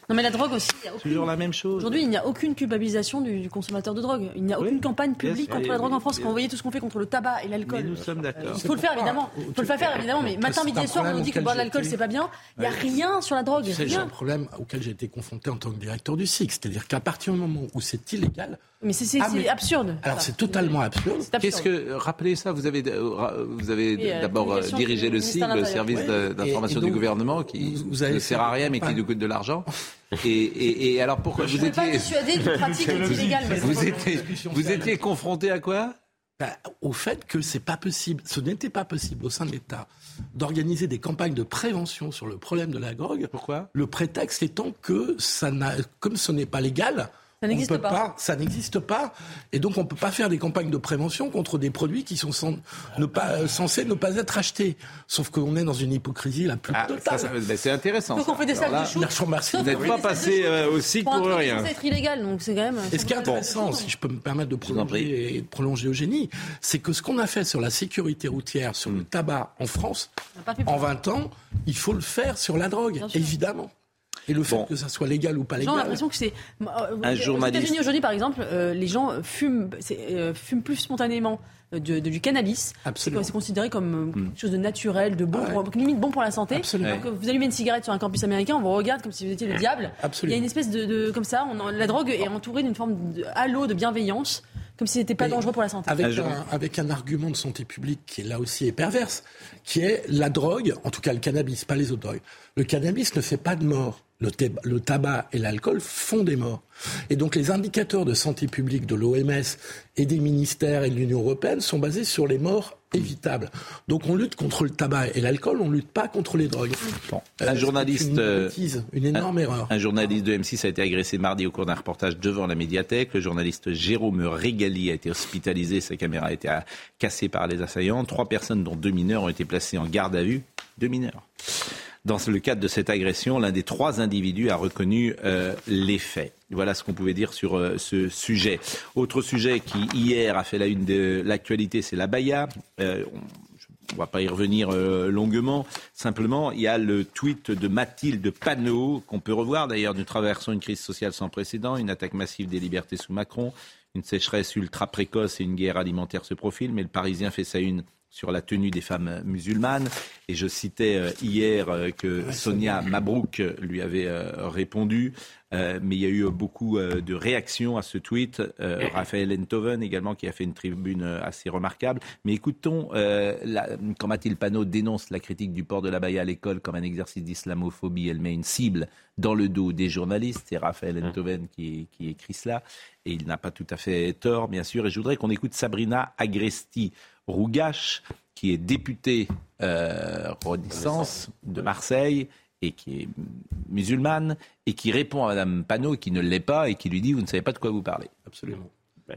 Non mais la drogue aussi, il y a aucune... toujours la même chose. Aujourd'hui, il n'y a aucune culpabilisation du, du consommateur de drogue. Il n'y a aucune oui, campagne publique contre la drogue en France. Quand vous voyez tout ce qu'on fait contre le tabac et l'alcool. Mais nous sommes d'accord. Il faut le faire évidemment. Il faut le faire évidemment. Mais matin, midi et soir, on nous dit que boire de l'alcool c'est pas bien. Il n'y a rien sur la drogue. C'est un problème auquel j'ai été confronté en tant que directeur du S I C. C'est-à-dire qu'à partir du moment où c'est illégal. Mais c'est, c'est, ah, mais... c'est absurde. Alors c'est totalement absurde. C'est absurde. Qu'est-ce que rappelez ça vous avez vous avez oui, d'abord euh, dirigé le S I C, le service ouais. d'information et, et donc, du gouvernement qui vous, vous ne sert à rien mais qui nous coûte de l'argent. Et, et, et alors pourquoi je vous étiez pas dissuader d'une pratique illégale. Vous étiez vous étiez confronté à quoi? Ben, au fait que c'est pas possible, ce n'était pas possible au sein de l'État d'organiser des campagnes de prévention sur le problème de la drogue. Pourquoi? Le prétexte étant que ça n'a, comme ce n'est pas légal. Ça n'existe on peut pas. pas. Ça n'existe pas. Et donc, on ne peut pas faire des campagnes de prévention contre des produits qui sont sans, ne pas, censés ne pas être achetés. Sauf qu'on est dans une hypocrisie la plus ah, totale. Ça, ça, ben c'est intéressant. Donc, on fait des sacs de choux. Vous n'êtes pas passé euh, aussi pour, pour rien. C'est être illégal, donc c'est quand même... Et ce qui est intéressant, si je peux me permettre de prolonger, et de prolonger Eugénie, c'est que ce qu'on a fait sur la sécurité routière, sur mmh. le tabac en France, en vingt ans, il faut le faire sur la drogue, évidemment. Et le fait bon. que ça soit légal ou pas légal. J'ai l'impression que c'est. Un aux journaliste. États-Unis aujourd'hui, par exemple, euh, les gens fument, c'est, euh, fument plus spontanément de, de, du cannabis. Absolument. C'est, c'est considéré comme mm. quelque chose de naturel, de bon, ouais. pour, limite bon pour la santé. Absolument. Alors que vous allumez une cigarette sur un campus américain, on vous regarde comme si vous étiez le diable. Absolument. Il y a une espèce de, de comme ça. On, la drogue est entourée d'une forme de halo de bienveillance. Comme si c'était pas dangereux pour la santé. Avec un, avec un argument de santé publique qui est là aussi est perverse, qui est la drogue, en tout cas le cannabis, pas les autres drogues. Le cannabis ne fait pas de mort. Le, tab- le tabac et l'alcool font des morts. Et donc les indicateurs de santé publique de l'O M S et des ministères et de l'Union européenne sont basés sur les morts évitables. Donc on lutte contre le tabac et l'alcool, on ne lutte pas contre les drogues. Bon. Euh, un journaliste, une, bêtise, une énorme un, erreur. Un journaliste de M six a été agressé mardi au cours d'un reportage devant la médiathèque. Le journaliste Jérôme Régali a été hospitalisé, sa caméra a été cassée par les assaillants. Trois personnes, dont deux mineurs, ont été placées en garde à vue. Deux mineurs. Dans le cadre de cette agression, l'un des trois individus a reconnu euh, les faits. Voilà ce qu'on pouvait dire sur euh, ce sujet. Autre sujet qui, hier, a fait la une de l'actualité, c'est l'abaya. Euh, on ne va pas y revenir euh, longuement. Simplement, il y a le tweet de Mathilde Panot, qu'on peut revoir d'ailleurs. Nous traversons une crise sociale sans précédent, une attaque massive des libertés sous Macron, une sécheresse ultra précoce et une guerre alimentaire se profilent. Mais le Parisien fait sa une sur la tenue des femmes musulmanes. Et je citais euh, hier euh, que Sonia Mabrouk lui avait euh, répondu. Euh, mais il y a eu beaucoup euh, de réactions à ce tweet. Euh, Raphaël Enthoven également, qui a fait une tribune euh, assez remarquable. Mais écoutons, euh, la, quand Mathilde Panot dénonce la critique du port de l'abaya à l'école comme un exercice d'islamophobie, elle met une cible dans le dos des journalistes. C'est Raphaël Enthoven qui, qui écrit cela. Et il n'a pas tout à fait tort, bien sûr. Et je voudrais qu'on écoute Sabrina Agresti-Rougache, qui est députée euh, Renaissance de Marseille et qui est musulmane et qui répond à Mme Panot qui ne l'est pas et qui lui dit « Vous ne savez pas de quoi vous parlez ». Absolument. Oui.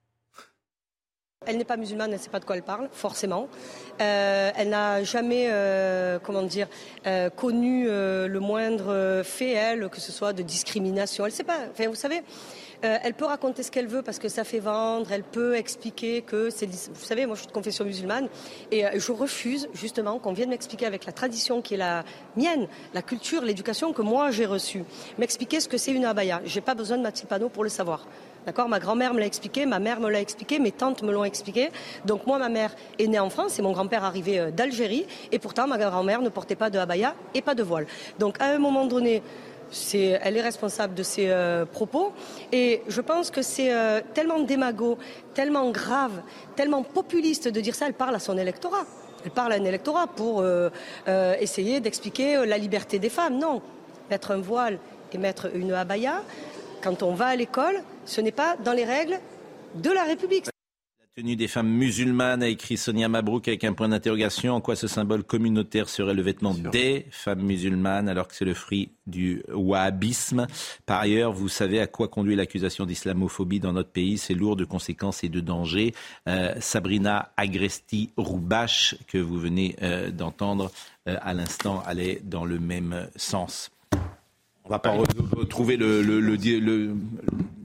Elle n'est pas musulmane, elle ne sait pas de quoi elle parle, forcément. Euh, elle n'a jamais, euh, comment dire, euh, connu euh, le moindre fait, elle, que ce soit de discrimination. Elle ne sait pas. Enfin, vous savez, euh, elle peut raconter ce qu'elle veut parce que ça fait vendre. Elle peut expliquer que c'est... Vous savez, moi, je suis de confession musulmane et euh, je refuse, justement, qu'on vienne m'expliquer avec la tradition qui est la mienne, la culture, l'éducation que moi, j'ai reçue, m'expliquer ce que c'est une abaya. Je n'ai pas besoin de Mathilde Panot pour le savoir. D'accord, ma grand-mère me l'a expliqué, ma mère me l'a expliqué, mes tantes me l'ont expliqué. Donc moi, ma mère est née en France et mon grand-père arrivé d'Algérie. Et pourtant, ma grand-mère ne portait pas de abaya et pas de voile. Donc à un moment donné, c'est, elle est responsable de ses euh, propos. Et je pense que c'est euh, tellement démago, tellement grave, tellement populiste de dire ça. Elle parle à son électorat. Elle parle à un électorat pour euh, euh, essayer d'expliquer la liberté des femmes. Non, mettre un voile et mettre une abaya, quand on va à l'école, ce n'est pas dans les règles de la République. La tenue des femmes musulmanes, a écrit Sonia Mabrouk avec un point d'interrogation. En quoi ce symbole communautaire serait le vêtement des femmes musulmanes alors que c'est le fruit du wahhabisme? Par ailleurs, vous savez à quoi conduit l'accusation d'islamophobie dans notre pays. C'est lourd de conséquences et de dangers. Euh, Sabrina Agresti-Rougache, que vous venez euh, d'entendre euh, à l'instant, allait dans le même sens. On va pas retrouver le, le, le, le,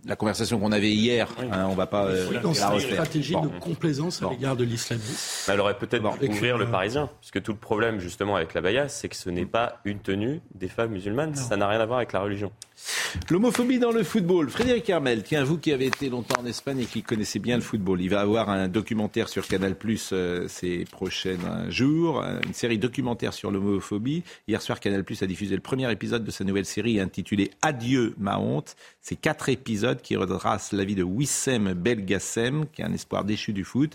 la conversation qu'on avait hier, hein, on ne va pas euh, oui, dans la refaire. Une stratégie bon. de complaisance à bon. l'égard de l'islamisme. Elle aurait peut-être bon. pu ouvrir le Parisien, puisque tout le problème justement avec l'abaya, c'est que ce n'est pas une tenue des femmes musulmanes, non. Ça n'a rien à voir avec la religion. L'homophobie dans le football. Frédéric Hermel, tiens, vous qui avez été longtemps en Espagne et qui connaissez bien le football, il va avoir un documentaire sur Canal Plus euh, ces prochains jours, une série documentaire sur l'homophobie. Hier soir, Canal Plus a diffusé le premier épisode de sa nouvelle série intitulée Adieu ma honte. C'est quatre épisodes qui retracent la vie de Wissem Belgassem, qui est un espoir déchu du foot,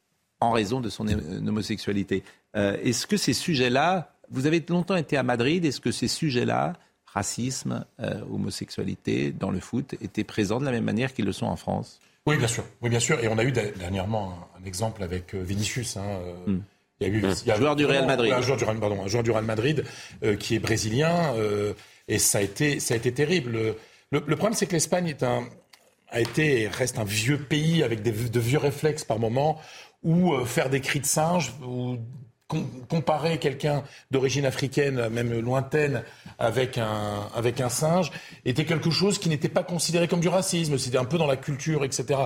en raison de son homosexualité. Euh, est-ce que ces sujets-là, vous avez longtemps été à Madrid, est-ce que ces sujets-là, racisme, euh, homosexualité dans le foot, étaient présents de la même manière qu'ils le sont en France? Oui, bien sûr. Oui, bien sûr. Et on a eu dernièrement un, un exemple avec Vinicius. Hein, euh, mm. Il y a eu un y a joueur du Real Madrid. Un joueur du, pardon, un joueur du Real Madrid euh, qui est brésilien. Euh, et ça a été, ça a été terrible. Le, le problème, c'est que l'Espagne est un, a été et reste un vieux pays avec des, de vieux réflexes par moment, où euh, faire des cris de singe, ou com- comparer quelqu'un d'origine africaine, même lointaine, avec un, avec un singe, était quelque chose qui n'était pas considéré comme du racisme. C'était un peu dans la culture, et cetera.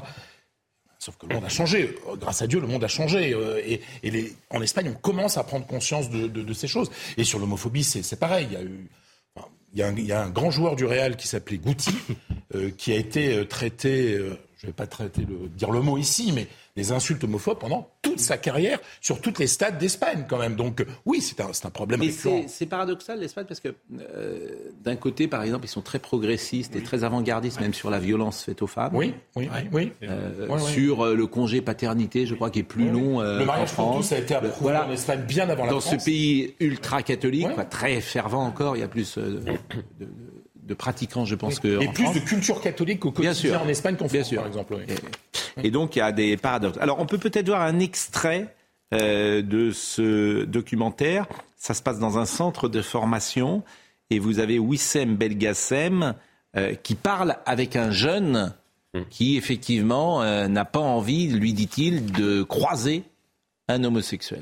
Sauf que le monde a changé. Grâce à Dieu, le monde a changé. Et, et les, en Espagne, on commence à prendre conscience de, de, de ces choses. Et sur l'homophobie, c'est, c'est pareil. Il y a eu... Il y, a un, il y a un grand joueur du Real qui s'appelait Guti, euh, qui a été traité, euh, je ne vais pas traiter le, dire le mot ici, mais des insultes homophobes pendant toute sa carrière sur toutes les stades d'Espagne quand même. Donc oui, c'est un, c'est un problème. Mais c'est, c'est paradoxal l'Espagne parce que euh, d'un côté, par exemple, ils sont très progressistes oui. et très avant-gardistes, même sur la violence faite aux femmes. Oui, oui, oui. oui. Euh, oui, oui. Sur euh, le congé paternité, je crois, qui est plus oui, long euh, le mariage en France. Pour tous a été approuvé voilà. en Espagne bien avant la Dans France. Dans ce pays ultra-catholique, oui. quoi, très fervent encore, il y a plus euh, de, de de pratiquants, je pense, oui. que et plus France. De culture catholique au quotidien en Espagne qu'en France, par exemple. Oui. Et, et donc, il y a des paradoxes. Alors, on peut peut-être voir un extrait euh, de ce documentaire. Ça se passe dans un centre de formation et vous avez Wissem Belgassem euh, qui parle avec un jeune qui, effectivement, euh, n'a pas envie, lui dit-il, de croiser un homosexuel.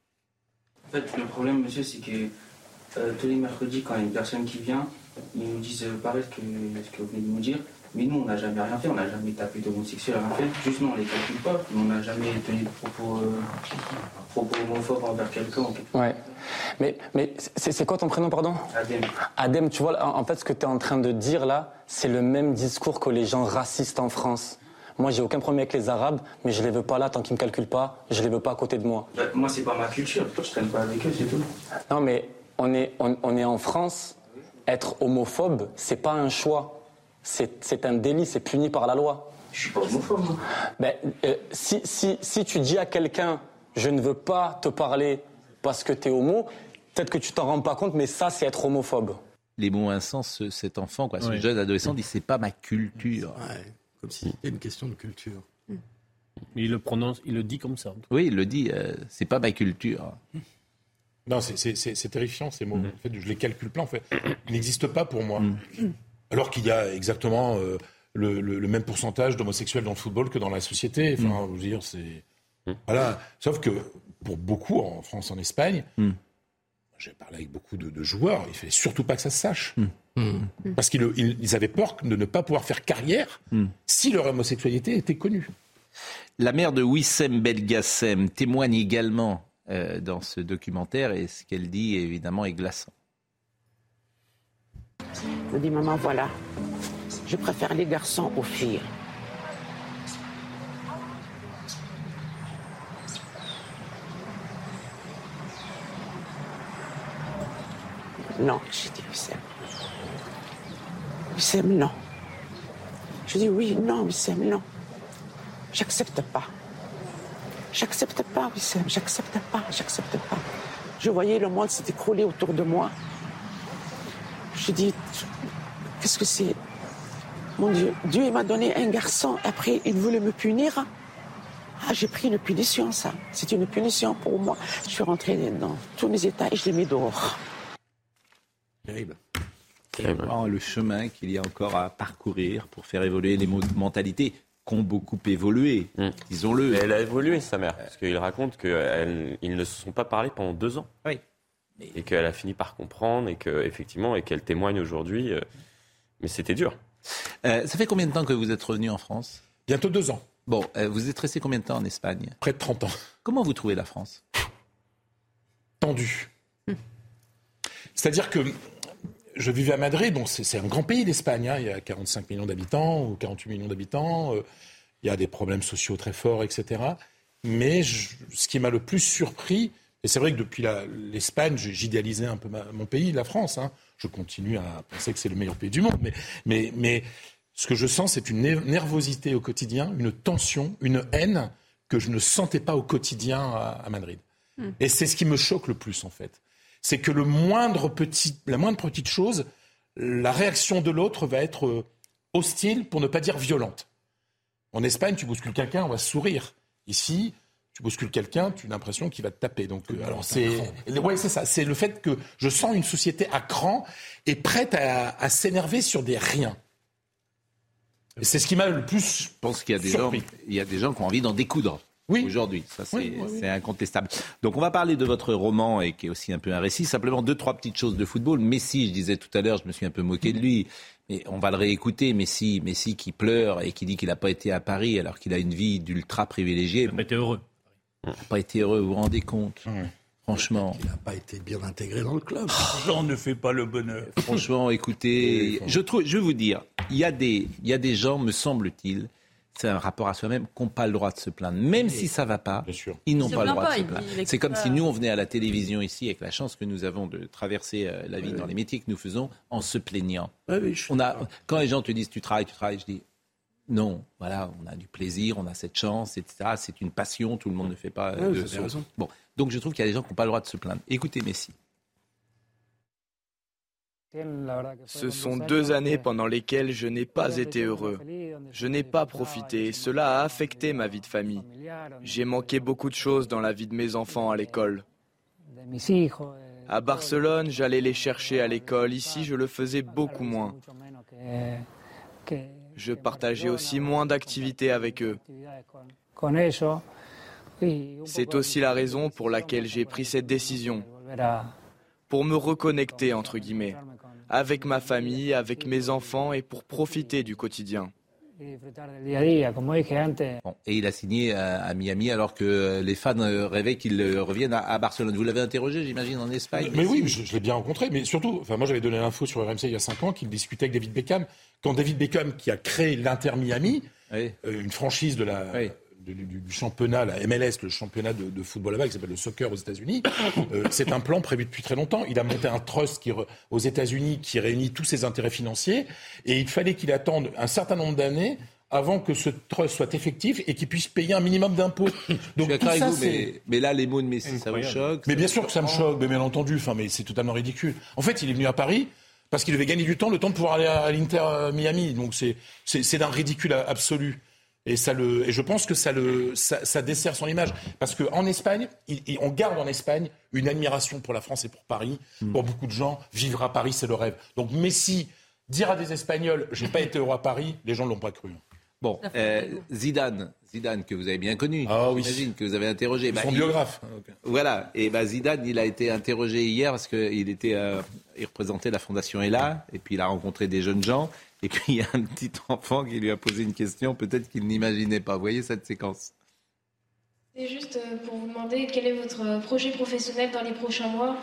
En fait, le problème, monsieur, c'est que euh, tous les mercredis, quand il y a une personne qui vient, ils nous disent pareil ce que, ce que vous venez de nous dire, mais nous on n'a jamais rien fait, on n'a jamais tapé d'homosexuel, rien fait, juste nous on les calcule pas, on n'a jamais tenu de propos, euh, propos homophobes envers quelqu'un. Ouais, mais, mais c'est, c'est quoi ton prénom, pardon ? Adem. Adem, tu vois, en fait ce que tu es en train de dire là, c'est le même discours que les gens racistes en France. Moi j'ai aucun problème avec les Arabes, mais je les veux pas là tant qu'ils me calculent pas, je les veux pas à côté de moi. Bah, moi c'est pas ma culture, je traîne pas avec eux, c'est tout. Non mais on est, on, on est en France. Être homophobe, c'est pas un choix, c'est, c'est un délit, c'est puni par la loi. Je suis pas homophobe. Ben, euh, si, si, si tu dis à quelqu'un, je ne veux pas te parler parce que t'es homo, peut-être que tu t'en rends pas compte, mais ça, c'est être homophobe. Les mots insensent, cet enfant, quoi, ce ouais. jeune adolescent dit, c'est pas ma culture. Ouais, comme si c'était une question de culture. Il le prononce, il le dit comme ça. Oui, il le dit, euh, c'est pas ma culture. Non, c'est, c'est, c'est, c'est terrifiant ces mots. Mmh. En fait, je les calcule plein. En fait, ils n'existent pas pour moi. Mmh. Alors qu'il y a exactement euh, le, le, le même pourcentage d'homosexuels dans le football que dans la société. Enfin, mmh. je veux dire, c'est mmh. voilà. Sauf que pour beaucoup en France, en Espagne, mmh. j'ai parlé avec beaucoup de, de joueurs. Il fallait surtout pas que ça se sache, mmh. parce qu'ils ils, ils avaient peur de ne pas pouvoir faire carrière mmh. si leur homosexualité était connue. La mère de Wissem Belgassem témoigne également. Euh, dans ce documentaire, et ce qu'elle dit évidemment est glaçant. Je dis maman, voilà, je préfère les garçons aux filles. Non, j'ai dit Wissem. Wissem, non. Je dis oui, non, Wissem, non. J'accepte pas. J'accepte pas, Wissem, j'accepte pas, j'accepte pas. Je voyais le monde s'est écroulé autour de moi. Je dis, qu'est-ce que c'est ? Mon Dieu, Dieu il m'a donné un garçon, après il voulait me punir. Ah, j'ai pris une punition, ça. C'est une punition pour moi. Je suis rentrée dans tous mes états et je l'ai mis dehors. Terrible. Terrible. Oh, le chemin qu'il y a encore à parcourir pour faire évoluer les mentalités. Qui ont beaucoup évolué, mmh. disons-le. Mais elle a évolué, sa mère, parce qu'il raconte qu'ils ne se sont pas parlé pendant deux ans. Oui. Et qu'elle a fini par comprendre, et, que, effectivement, et qu'elle témoigne aujourd'hui. Euh, mais c'était dur. Euh, ça fait combien de temps que vous êtes revenu en France ? Bientôt deux ans. Bon, euh, vous êtes resté combien de temps en Espagne ? Près de trente ans. Comment vous trouvez la France ? Tendu. Hum. C'est-à-dire que je vivais à Madrid, donc c'est, c'est un grand pays l'Espagne, hein. Il y a quarante-cinq millions d'habitants ou quarante-huit millions d'habitants, euh, il y a des problèmes sociaux très forts, et cetera. Mais je, ce qui m'a le plus surpris, et c'est vrai que depuis la, l'Espagne, j'idéalisais un peu ma, mon pays, la France, hein. Je continue à penser que c'est le meilleur pays du monde, mais, mais, mais ce que je sens, c'est une nervosité au quotidien, une tension, une haine que je ne sentais pas au quotidien à, à Madrid. Mmh. Et c'est ce qui me choque le plus, en fait. C'est que le moindre petit, la moindre petite chose, la réaction de l'autre va être hostile, pour ne pas dire violente. En Espagne, tu bouscules quelqu'un, on va sourire. Ici, tu bouscules quelqu'un, tu as l'impression qu'il va te taper. Donc, euh, alors c'est, ouais, c'est ça. C'est le fait que je sens une société à cran et prête à, à s'énerver sur des riens. Et c'est ce qui m'a le plus. Je pense qu'il y a des gens, il y a des gens qui ont envie d'en découdre. Oui. Aujourd'hui, ça c'est, oui, oui, oui. c'est incontestable. Donc on va parler de votre roman et qui est aussi un peu un récit. Simplement deux, trois petites choses de football. Messi, je disais tout à l'heure, je me suis un peu moqué de lui, mais on va le réécouter. Messi, Messi qui pleure et qui dit qu'il n'a pas été à Paris alors qu'il a une vie d'ultra privilégiée. Il n'a pas été heureux. Il n'a pas été heureux, vous vous rendez compte ? Oui. Franchement. Il n'a pas été bien intégré dans le club. L'argent ne fait pas le bonheur. Franchement, écoutez, je trouve, je vais vous dire, il y a des, il y a des gens, me semble-t-il, c'est un rapport à soi-même, qui n'ont pas le droit de se plaindre. Même si ça ne va pas, ils n'ont pas le droit pas, de se plaindre. C'est comme si nous, on venait à la télévision ici, avec la chance que nous avons de traverser la vie oui. dans les métiers que nous faisons, en se plaignant. Oui, oui, on a, quand les gens te disent tu travailles, tu travailles, je dis non, voilà, on a du plaisir, on a cette chance, et cetera. C'est une passion, tout le monde ne fait pas oui, de son... Bon, donc je trouve qu'il y a des gens qui n'ont pas le droit de se plaindre. Écoutez Messi. Ce sont deux années pendant lesquelles je n'ai pas été heureux. Je n'ai pas profité. Cela a affecté ma vie de famille. J'ai manqué beaucoup de choses dans la vie de mes enfants à l'école. À Barcelone, j'allais les chercher à l'école. Ici, je le faisais beaucoup moins. Je partageais aussi moins d'activités avec eux. C'est aussi la raison pour laquelle j'ai pris cette décision. Pour me reconnecter, entre guillemets, avec ma famille, avec mes enfants et pour profiter du quotidien. Bon, et il a signé à, à Miami alors que les fans rêvaient qu'il revienne à, à Barcelone. Vous l'avez interrogé, j'imagine, en Espagne. Mais, mais oui, je, je l'ai bien rencontré. Mais surtout, enfin, moi j'avais donné l'info sur R M C il y a cinq ans qu'il discutait avec David Beckham. Quand David Beckham, qui a créé l'Inter Miami, oui. euh, une franchise de la... Oui. Du, du, du championnat, la M L S, le championnat de, de football là-bas, qui s'appelle le soccer aux États-Unis, euh, c'est un plan prévu depuis très longtemps. Il a monté un trust qui, aux États-Unis qui réunit tous ses intérêts financiers, et il fallait qu'il attende un certain nombre d'années avant que ce trust soit effectif et qu'il puisse payer un minimum d'impôts. Donc, je suis d'accord avec vous, mais, mais là, les mots de Messi, ça vous choque. Mais bien sûr que ça me choque, mais bien entendu, enfin, mais c'est totalement ridicule. En fait, il est venu à Paris parce qu'il devait gagner du temps, le temps de pouvoir aller à, à l'Inter Miami. Donc c'est, c'est, c'est d'un ridicule absolu. Et, ça le, et je pense que ça, le, ça, ça dessert son image. Parce qu'en Espagne, il, il, on garde en Espagne une admiration pour la France et pour Paris. Mmh. Pour beaucoup de gens, vivre à Paris, c'est le rêve. Donc Messi, dire à des Espagnols, j'ai pas été heureux à Paris, les gens ne l'ont pas cru. Bon, euh, Zidane, Zidane que vous avez bien connu, ah, oui. j'imagine que vous avez interrogé. Son bah, biographe. Il, okay. Voilà, et bah, Zidane, il a été interrogé hier parce qu'il était, euh, il représentait la Fondation Ella, et puis il a rencontré des jeunes gens. Et puis il y a un petit enfant qui lui a posé une question, peut-être qu'il n'imaginait pas. Vous voyez cette séquence ? C'est juste pour vous demander quel est votre projet professionnel dans les prochains mois.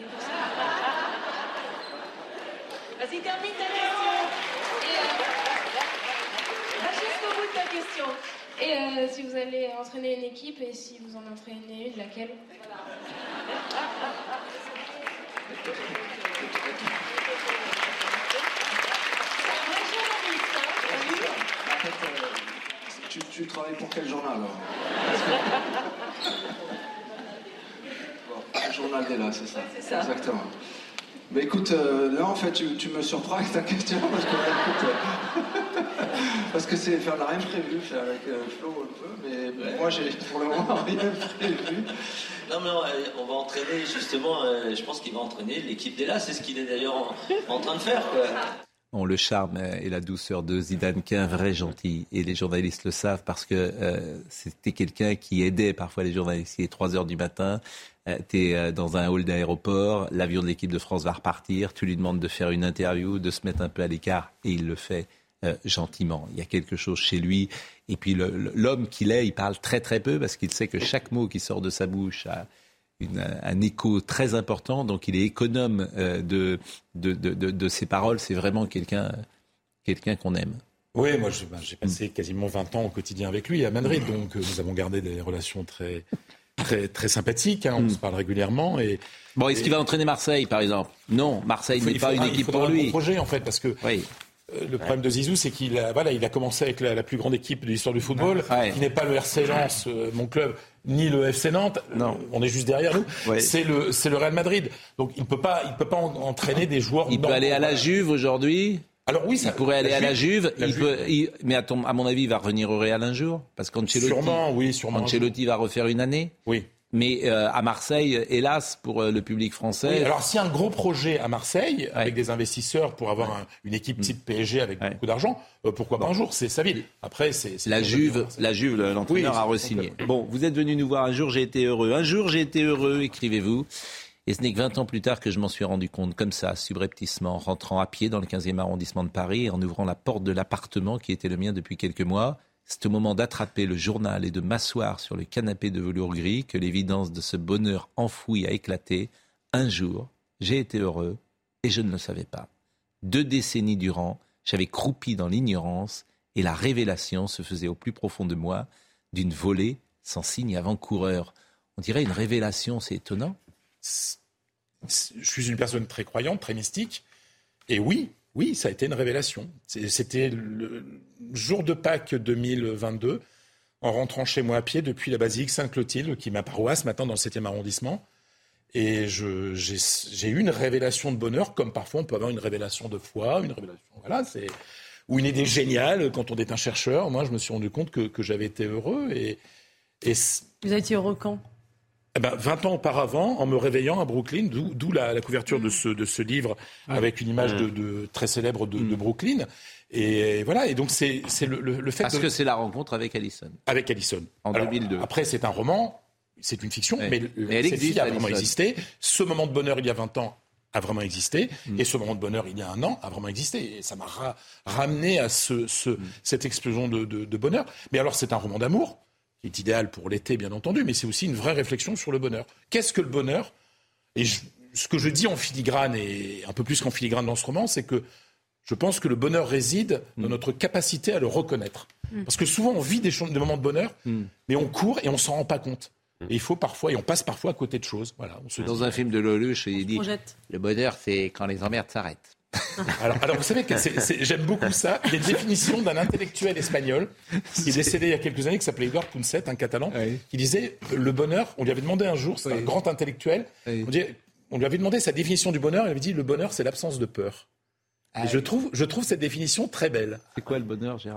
Vas-y, termine ta question. Et, euh, va jusqu'au bout de ta question. Et euh, si vous allez entraîner une équipe, et si vous en entraînez une, laquelle ? Tu, tu travailles pour quel journal alors ? Bon, le journal d'Ella, c'est ça. C'est ça. Exactement. Mais écoute, euh, là en fait, tu, tu me surprends avec ta question parce que, écoute, euh, parce que c'est, on n'a rien prévu, faire avec euh, Flo un peu, mais ouais. Moi j'ai pour le moment rien prévu. Non mais on, on va entraîner justement, euh, je pense qu'il va entraîner l'équipe d'Ella, c'est ce qu'il est d'ailleurs en, en train de faire, quoi. Bon, le charme et la douceur de Zidane, qui est un vrai gentil, et les journalistes le savent parce que euh, c'était quelqu'un qui aidait parfois les journalistes. Il est trois heures du matin, euh, tu es dans un hall d'aéroport, l'avion de l'équipe de France va repartir, tu lui demandes de faire une interview, de se mettre un peu à l'écart, et il le fait euh, gentiment. Il y a quelque chose chez lui. Et puis le, le, l'homme qu'il est, il parle très très peu parce qu'il sait que chaque mot qui sort de sa bouche a une, un écho très important. Donc il est économe euh, de, de, de, de, de ses paroles. C'est vraiment quelqu'un, quelqu'un qu'on aime. Oui, moi je, ben, j'ai passé quasiment vingt ans au quotidien avec lui à Madrid. Donc euh, nous avons gardé des relations très... Très, très sympathique, hein, on mm. se parle régulièrement. Et, bon, est-ce et... qu'il va entraîner Marseille, par exemple ? Non, Marseille faut, n'est pas faudra, une équipe pour lui. Il un bon projet, en fait, parce que oui. euh, le problème de Zizou, c'est qu'il a, voilà, il a commencé avec la, la plus grande équipe de l'histoire du football, ouais. qui n'est pas le R C Lens, euh, mon club, ni le F C Nantes. Non. Euh, on est juste derrière nous. Ouais. C'est le, c'est le Real Madrid. Donc il peut pas, il peut pas en, entraîner des joueurs. Il peut aller à la Juve aujourd'hui. Alors oui, ça, il pourrait aller la à la Juve, la il Juve. Peut, il, mais à, ton, à mon avis, il va revenir au Real un jour, parce qu'Ancelotti, sûrement, oui, sûrement Ancelotti va refaire une année. Oui. Mais euh, à Marseille, hélas, pour euh, le public français... Oui, alors s'il y a un gros projet à Marseille, ouais. avec des investisseurs pour avoir un, une équipe type P S G avec ouais. beaucoup d'argent, euh, pourquoi pas un jour ? C'est sa ville. Après, c'est... c'est la, Juve, la Juve, l'entraîneur oui, a re-signé. Bon, vous êtes venu nous voir un jour, j'ai été heureux. Un jour, j'ai été heureux, écrivez-vous. Et ce n'est que vingt ans plus tard que je m'en suis rendu compte, comme ça, subrepticement, rentrant à pied dans le quinzième arrondissement de Paris et en ouvrant la porte de l'appartement qui était le mien depuis quelques mois. C'est au moment d'attraper le journal et de m'asseoir sur le canapé de velours gris que l'évidence de ce bonheur enfoui a éclaté. Un jour, j'ai été heureux et je ne le savais pas. Deux décennies durant, j'avais croupi dans l'ignorance et la révélation se faisait au plus profond de moi d'une volée sans signe avant-coureur. On dirait une révélation, c'est étonnant. Je suis une personne très croyante, très mystique. Et oui, oui, ça a été une révélation. C'était le jour de Pâques deux mille vingt-deux, en rentrant chez moi à pied depuis la basilique Sainte-Clotilde, qui est ma paroisse maintenant dans le septième arrondissement. Et je, j'ai, j'ai eu une révélation de bonheur, comme parfois on peut avoir une révélation de foi, une révélation, voilà, c'est, ou une idée géniale quand on est un chercheur. Moi, je me suis rendu compte que, que j'avais été heureux. Et, et vous avez été heureux quand ? Eh ben, vingt ans auparavant, en me réveillant à Brooklyn, d'où, d'où la, la couverture de ce, de ce livre avec une image de, de, très célèbre de, de Brooklyn. Et voilà, et donc c'est, c'est le, le, le fait Parce de... que c'est la rencontre avec Allison. Avec Allison. En Alors, deux mille deux. Après, c'est un roman, c'est une fiction, ouais. mais, mais elle cette existe, fille a Allison. vraiment existé. Ce moment de bonheur, il y a vingt ans, a vraiment existé. Mm. Et ce moment de bonheur, il y a un an, a vraiment existé. Et ça m'a ra- ramené à ce, ce, mm. cette explosion de, de, de bonheur. Mais alors, c'est un roman d'amour, qui est idéal pour l'été, bien entendu, mais c'est aussi une vraie réflexion sur le bonheur. Qu'est-ce que le bonheur ? Et je, ce que je dis en filigrane, et un peu plus qu'en filigrane dans ce roman, c'est que je pense que le bonheur réside dans notre capacité à le reconnaître. Mm. Parce que souvent, on vit des, ch- des moments de bonheur, mm. mais on court et on s'en rend pas compte. Mm. Et il faut parfois, et on passe parfois à côté de choses. Voilà, on se dans dit, un film de Lelouch, il dit le bonheur, c'est quand les emmerdes s'arrêtent. Alors, alors, vous savez que c'est, c'est, j'aime beaucoup ça. Il y a une définition d'un intellectuel espagnol qui est décédé il y a quelques années, qui s'appelait Eduard Punset, un Catalan, oui. qui disait le bonheur. On lui avait demandé un jour, c'est oui. un grand intellectuel. Oui. On, dit, on lui avait demandé sa définition du bonheur. Il avait dit le bonheur, c'est l'absence de peur. Ah, et je trouve, je trouve cette définition très belle. C'est quoi le bonheur, Gérard ?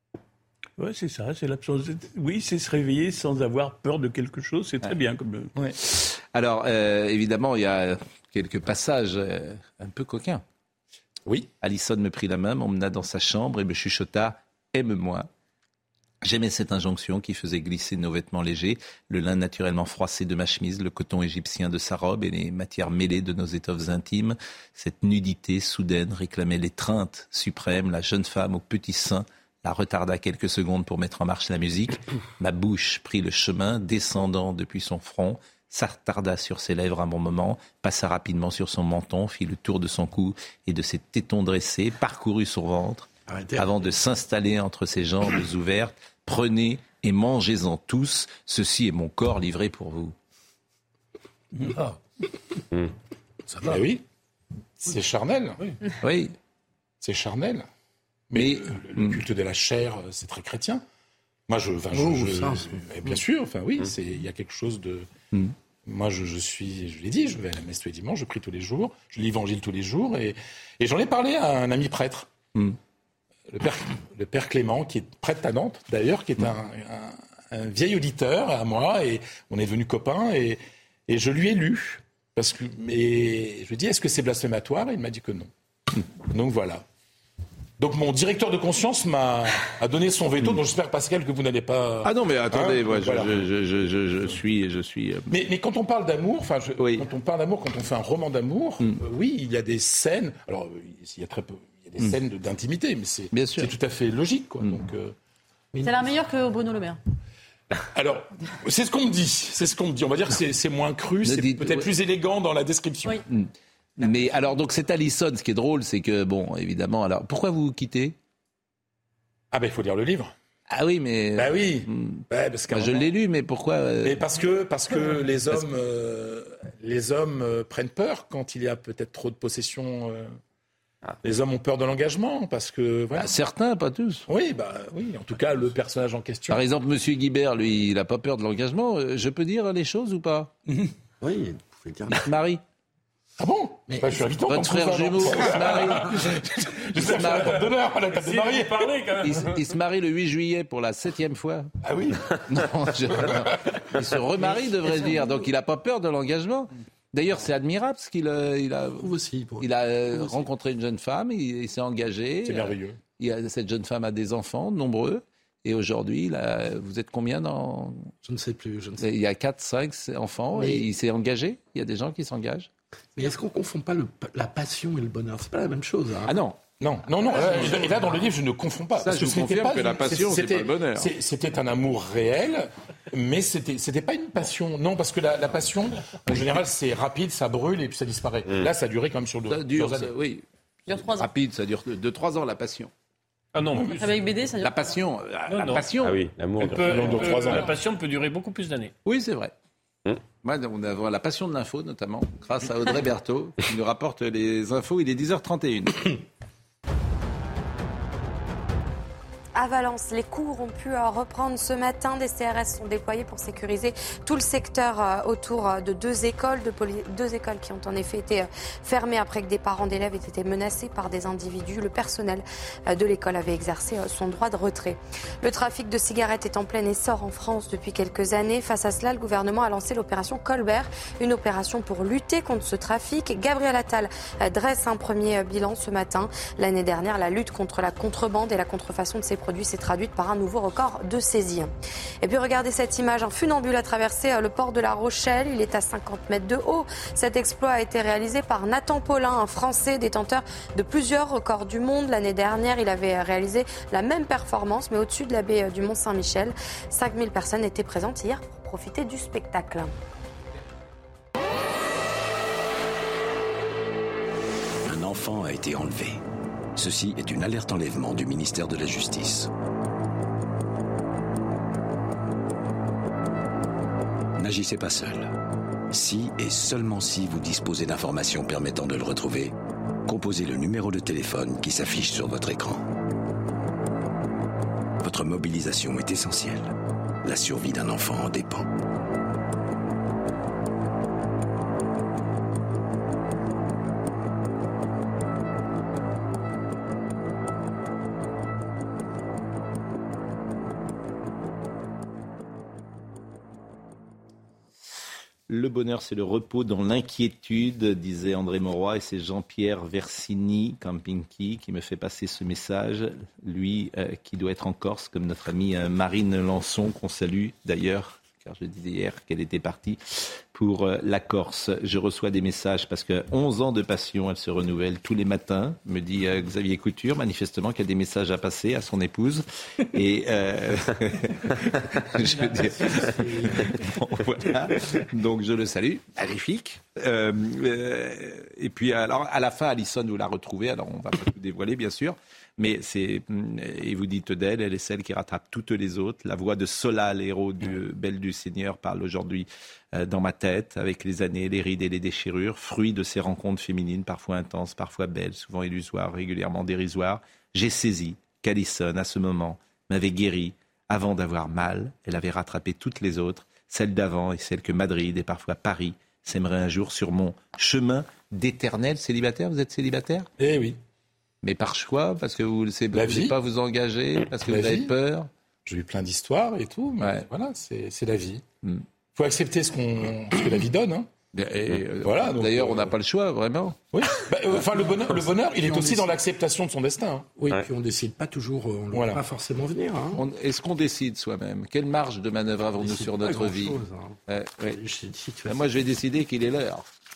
Ouais, c'est ça, c'est l'absence. De... Oui, c'est se réveiller sans avoir peur de quelque chose. C'est très ouais. bien comme. Ouais. Alors, euh, évidemment, il y a quelques passages euh, un peu coquins. Oui. Allison me prit la main, m'emmena dans sa chambre et me chuchota « Aime-moi ». J'aimais cette injonction qui faisait glisser nos vêtements légers, le lin naturellement froissé de ma chemise, le coton égyptien de sa robe et les matières mêlées de nos étoffes intimes. Cette nudité soudaine réclamait l'étreinte suprême. La jeune femme au petit sein la retarda quelques secondes pour mettre en marche la musique. Ma bouche prit le chemin descendant depuis son front, s'attarda sur ses lèvres un bon moment, passa rapidement sur son menton, fit le tour de son cou et de ses tétons dressés, parcourut son ventre, arrêtez, avant arrêtez. de s'installer entre ses jambes ouvertes. Prenez et mangez-en tous, ceci est mon corps livré pour vous. Ah. Mmh. Ça va, oui. C'est charnel. Oui. oui. C'est charnel. Mais, Mais le, le culte de la chair, c'est très chrétien. Moi, je, enfin, oh, je, je, ça, je bien sûr, enfin oui, mmh. c'est il y a quelque chose de. Mmh. Moi, je, je suis, je l'ai dit, je vais à la messe tous les dimanches, je prie tous les jours, je lis l'Évangile tous les jours, et, et j'en ai parlé à un ami prêtre, mmh. le père, le père Clément, qui est prêtre à Nantes, d'ailleurs, qui est mmh. un, un, un vieil auditeur à moi, et on est devenus copains, et, et je lui ai lu, parce que, et je lui ai dit, est-ce que c'est blasphématoire ? Et il m'a dit que non. Donc voilà. Donc mon directeur de conscience m'a a donné son veto, donc j'espère, Pascal, que vous n'allez pas... Ah non, mais attendez, hein, moi, voilà. je, je, je, je, je suis... Je suis... Mais, mais quand on parle d'amour, enfin, oui. quand on parle d'amour, quand on fait un roman d'amour, mm. euh, oui, il y a des scènes... Alors, il y a très peu... Il y a des mmh. scènes d'intimité, mais c'est, c'est tout à fait logique. Quoi. Mmh. Donc, euh... Ça a l'air meilleur que Bruno Le Maire. Alors, c'est ce qu'on me dit. C'est ce qu'on me dit. On va dire que c'est, c'est moins cru, ne c'est dites, peut-être ouais. plus élégant dans la description. Oui. Mmh. Mais alors, donc, c'est Alison. Ce qui est drôle, c'est que, bon, évidemment, alors, pourquoi vous vous quittez ? Ah ben, il faut lire le livre. Ah oui, mais... Bah oui. Mmh. Ouais, parce bah, je moment... l'ai lu, mais pourquoi euh... Mais parce que, parce que les hommes, que... Euh, les hommes euh, prennent peur quand il y a peut-être trop de possession... Euh... Les hommes ont peur de l'engagement parce que voilà. Bah, certains, pas tous. Oui, bah oui. En tout cas, le personnage en question. Par exemple, Monsieur Guibert, lui, il n'a pas peur de l'engagement. Je peux dire les choses ou pas ? Oui, vous pouvez dire. Marie. Ah bon ? Mais bah, je suis invitant. Votre frère jumeau, il se marie. Il se marie. d'honneur à la table de mariée. Il, il se marie le huit juillet pour la septième fois. Ah oui. Non, je... il se remarie, devrait dire. Donc, il n'a pas peur de l'engagement. D'ailleurs, c'est admirable parce qu'il a, il a, aussi, il a euh, rencontré une jeune femme, il, il s'est engagé. C'est merveilleux. Il a, cette jeune femme a des enfants, nombreux. Et aujourd'hui, il a, vous êtes combien dans... Je ne sais plus. Je ne sais il y a quatre, cinq enfants mais... et il s'est engagé. Il y a des gens qui s'engagent. Mais est-ce qu'on ne confond pas le, la passion et le bonheur ? C'est pas la même chose. Hein. Ah non. Non, non, non. Euh, et là, dans le livre, je ne confonds pas. Ça, parce je que vous confirme que la passion, c'est pas le bonheur. C'était un amour réel, mais c'était, c'était pas une passion. Non, parce que la, la passion, en général, c'est rapide, ça brûle et puis ça disparaît. Mmh. Là, ça a duré quand même sur deux, ça dure, années. Ça, oui. Ça dure trois ans. Rapide, ça dure de trois ans, la passion. Ah non, plus. Avec B D, ça dure... La passion, la, non, la non. passion. Ah oui, l'amour de, peut, de trois ans. La passion peut durer beaucoup plus d'années. Oui, c'est vrai. Hum. Moi, on a la passion de l'info, notamment, grâce à Audrey Berthaud, qui nous rapporte les infos. Il est dix heures trente et une. À Valence, les cours ont pu reprendre ce matin. Des C R S sont déployés pour sécuriser tout le secteur autour de deux écoles, de poli- deux écoles qui ont en effet été fermées après que des parents d'élèves aient été menacés par des individus. Le personnel de l'école avait exercé son droit de retrait. Le trafic de cigarettes est en plein essor en France depuis quelques années. Face à cela, le gouvernement a lancé l'opération Colbert, une opération pour lutter contre ce trafic. Gabriel Attal dresse un premier bilan ce matin. L'année dernière, la lutte contre la contrebande et la contrefaçon de ces produit s'est traduite par un nouveau record de saisie. Et puis regardez cette image, un funambule a traversé le port de La Rochelle, il est à cinquante mètres de haut. Cet exploit a été réalisé par Nathan Paulin, un Français détenteur de plusieurs records du monde. L'année dernière, il avait réalisé la même performance, mais au-dessus de la baie du Mont-Saint-Michel. cinq mille personnes étaient présentes hier pour profiter du spectacle. Un enfant a été enlevé. Ceci est une alerte enlèvement du ministère de la Justice. N'agissez pas seul. Si et seulement si vous disposez d'informations permettant de le retrouver, composez le numéro de téléphone qui s'affiche sur votre écran. Votre mobilisation est essentielle. La survie d'un enfant en dépend. Le bonheur, c'est le repos dans l'inquiétude, disait André Mauroy, et c'est Jean-Pierre Versini, Campinki, qui me fait passer ce message. Lui, euh, qui doit être en Corse, comme notre amie euh, Marine Lançon, qu'on salue d'ailleurs, car je disais hier qu'elle était partie pour euh, la Corse. Je reçois des messages parce que onze ans de passion, elle se renouvelle tous les matins, me dit euh, Xavier Couture, manifestement qu'il y a des messages à passer à son épouse. Et euh, je veux dire, bon, voilà. Donc je le salue, magnifique. Euh, euh, et puis alors à la fin, Alison, vous la retrouvez. Alors on va pas tout dévoiler, bien sûr. Mais c'est, et vous dites d'elle, elle est celle qui rattrape toutes les autres. La voix de Solal, héros du Belle du Seigneur, parle aujourd'hui euh, dans ma tête, avec les années, les rides et les déchirures, fruit de ces rencontres féminines, parfois intenses, parfois belles, souvent illusoires, régulièrement dérisoires. J'ai saisi qu'Alison, à ce moment, m'avait guéri. Avant d'avoir mal, elle avait rattrapé toutes les autres, celles d'avant et celles que Madrid et parfois Paris s'aimeraient un jour sur mon chemin d'éternel célibataire. Vous êtes célibataire ? Eh oui. Mais par choix, parce que vous ne voulez pas vous engager, parce que la vous avez vie. peur. J'ai eu plein d'histoires et tout, mais ouais. voilà, c'est, c'est la vie. Il mm. faut accepter ce, qu'on, ce que la vie donne. Hein. Et, et, voilà, donc, d'ailleurs, euh, on n'a pas le choix, vraiment. Oui. Bah, euh, enfin, le bonheur, le bonheur, il est aussi décide... dans l'acceptation de son destin. Hein. Oui, ouais. Puis on ne décide pas toujours, on ne voilà. va pas forcément venir. Hein. On, est-ce qu'on décide soi-même ? Quelle marge de manœuvre avons-nous sur notre vie ? chose, hein. euh, oui. je, si ben, moi, je vais décider qu'il est l'heure.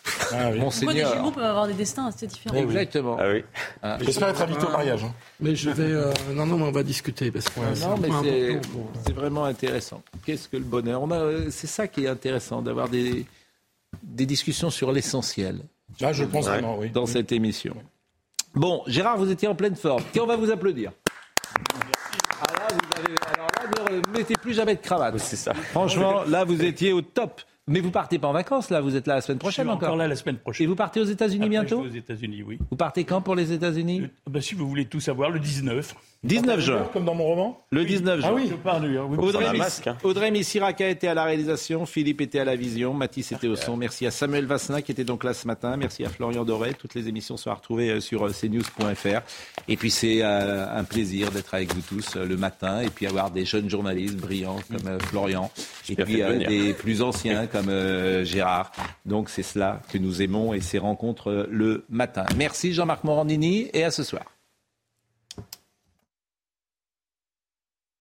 Ah, oui. Pourquoi des jumeaux peuvent avoir des destins assez différents? Exactement. Ah oui. Ah. J'espère être invité au mariage. Hein. Mais je vais. Euh, non, non, mais on va discuter parce que. Ouais, non, mais c'est, c'est vraiment intéressant. Qu'est-ce que le bonheur? On a, c'est ça qui est intéressant, d'avoir des, des discussions sur l'essentiel. Là, je pense vraiment, oui. Dans cette émission. Bon, Gérard, vous étiez en pleine forme. Et on va vous applaudir. Ah là, vous avez, alors là, ne mettez plus jamais de cravate. C'est ça. Franchement, là, vous étiez au top. Mais vous partez pas en vacances, là, vous êtes là la semaine prochaine je suis encore. encore là la semaine prochaine. Et vous partez aux États-Unis Après, bientôt? Je vais aux États-Unis, oui. Vous partez quand pour les États-Unis? Le, bah, si vous voulez tout savoir, le dix-neuf. dix-neuf juin. Comme dans mon roman? Le dix-neuf juin. Ah oui, je pars du, oui, Audrey, masque, hein. Audrey Missirac a été à la réalisation, Philippe était à la vision, Mathis était au son. Merci à Samuel Vasselin qui était donc là ce matin. Merci à Florian Doré. Toutes les émissions sont à retrouver sur c news point f r. Et puis c'est euh, un plaisir d'être avec vous tous euh, le matin et puis avoir des jeunes journalistes brillants comme euh, Florian et puis euh, des plus anciens comme euh, Gérard. Donc c'est cela que nous aimons et ces rencontres euh, le matin. Merci Jean-Marc Morandini et à ce soir.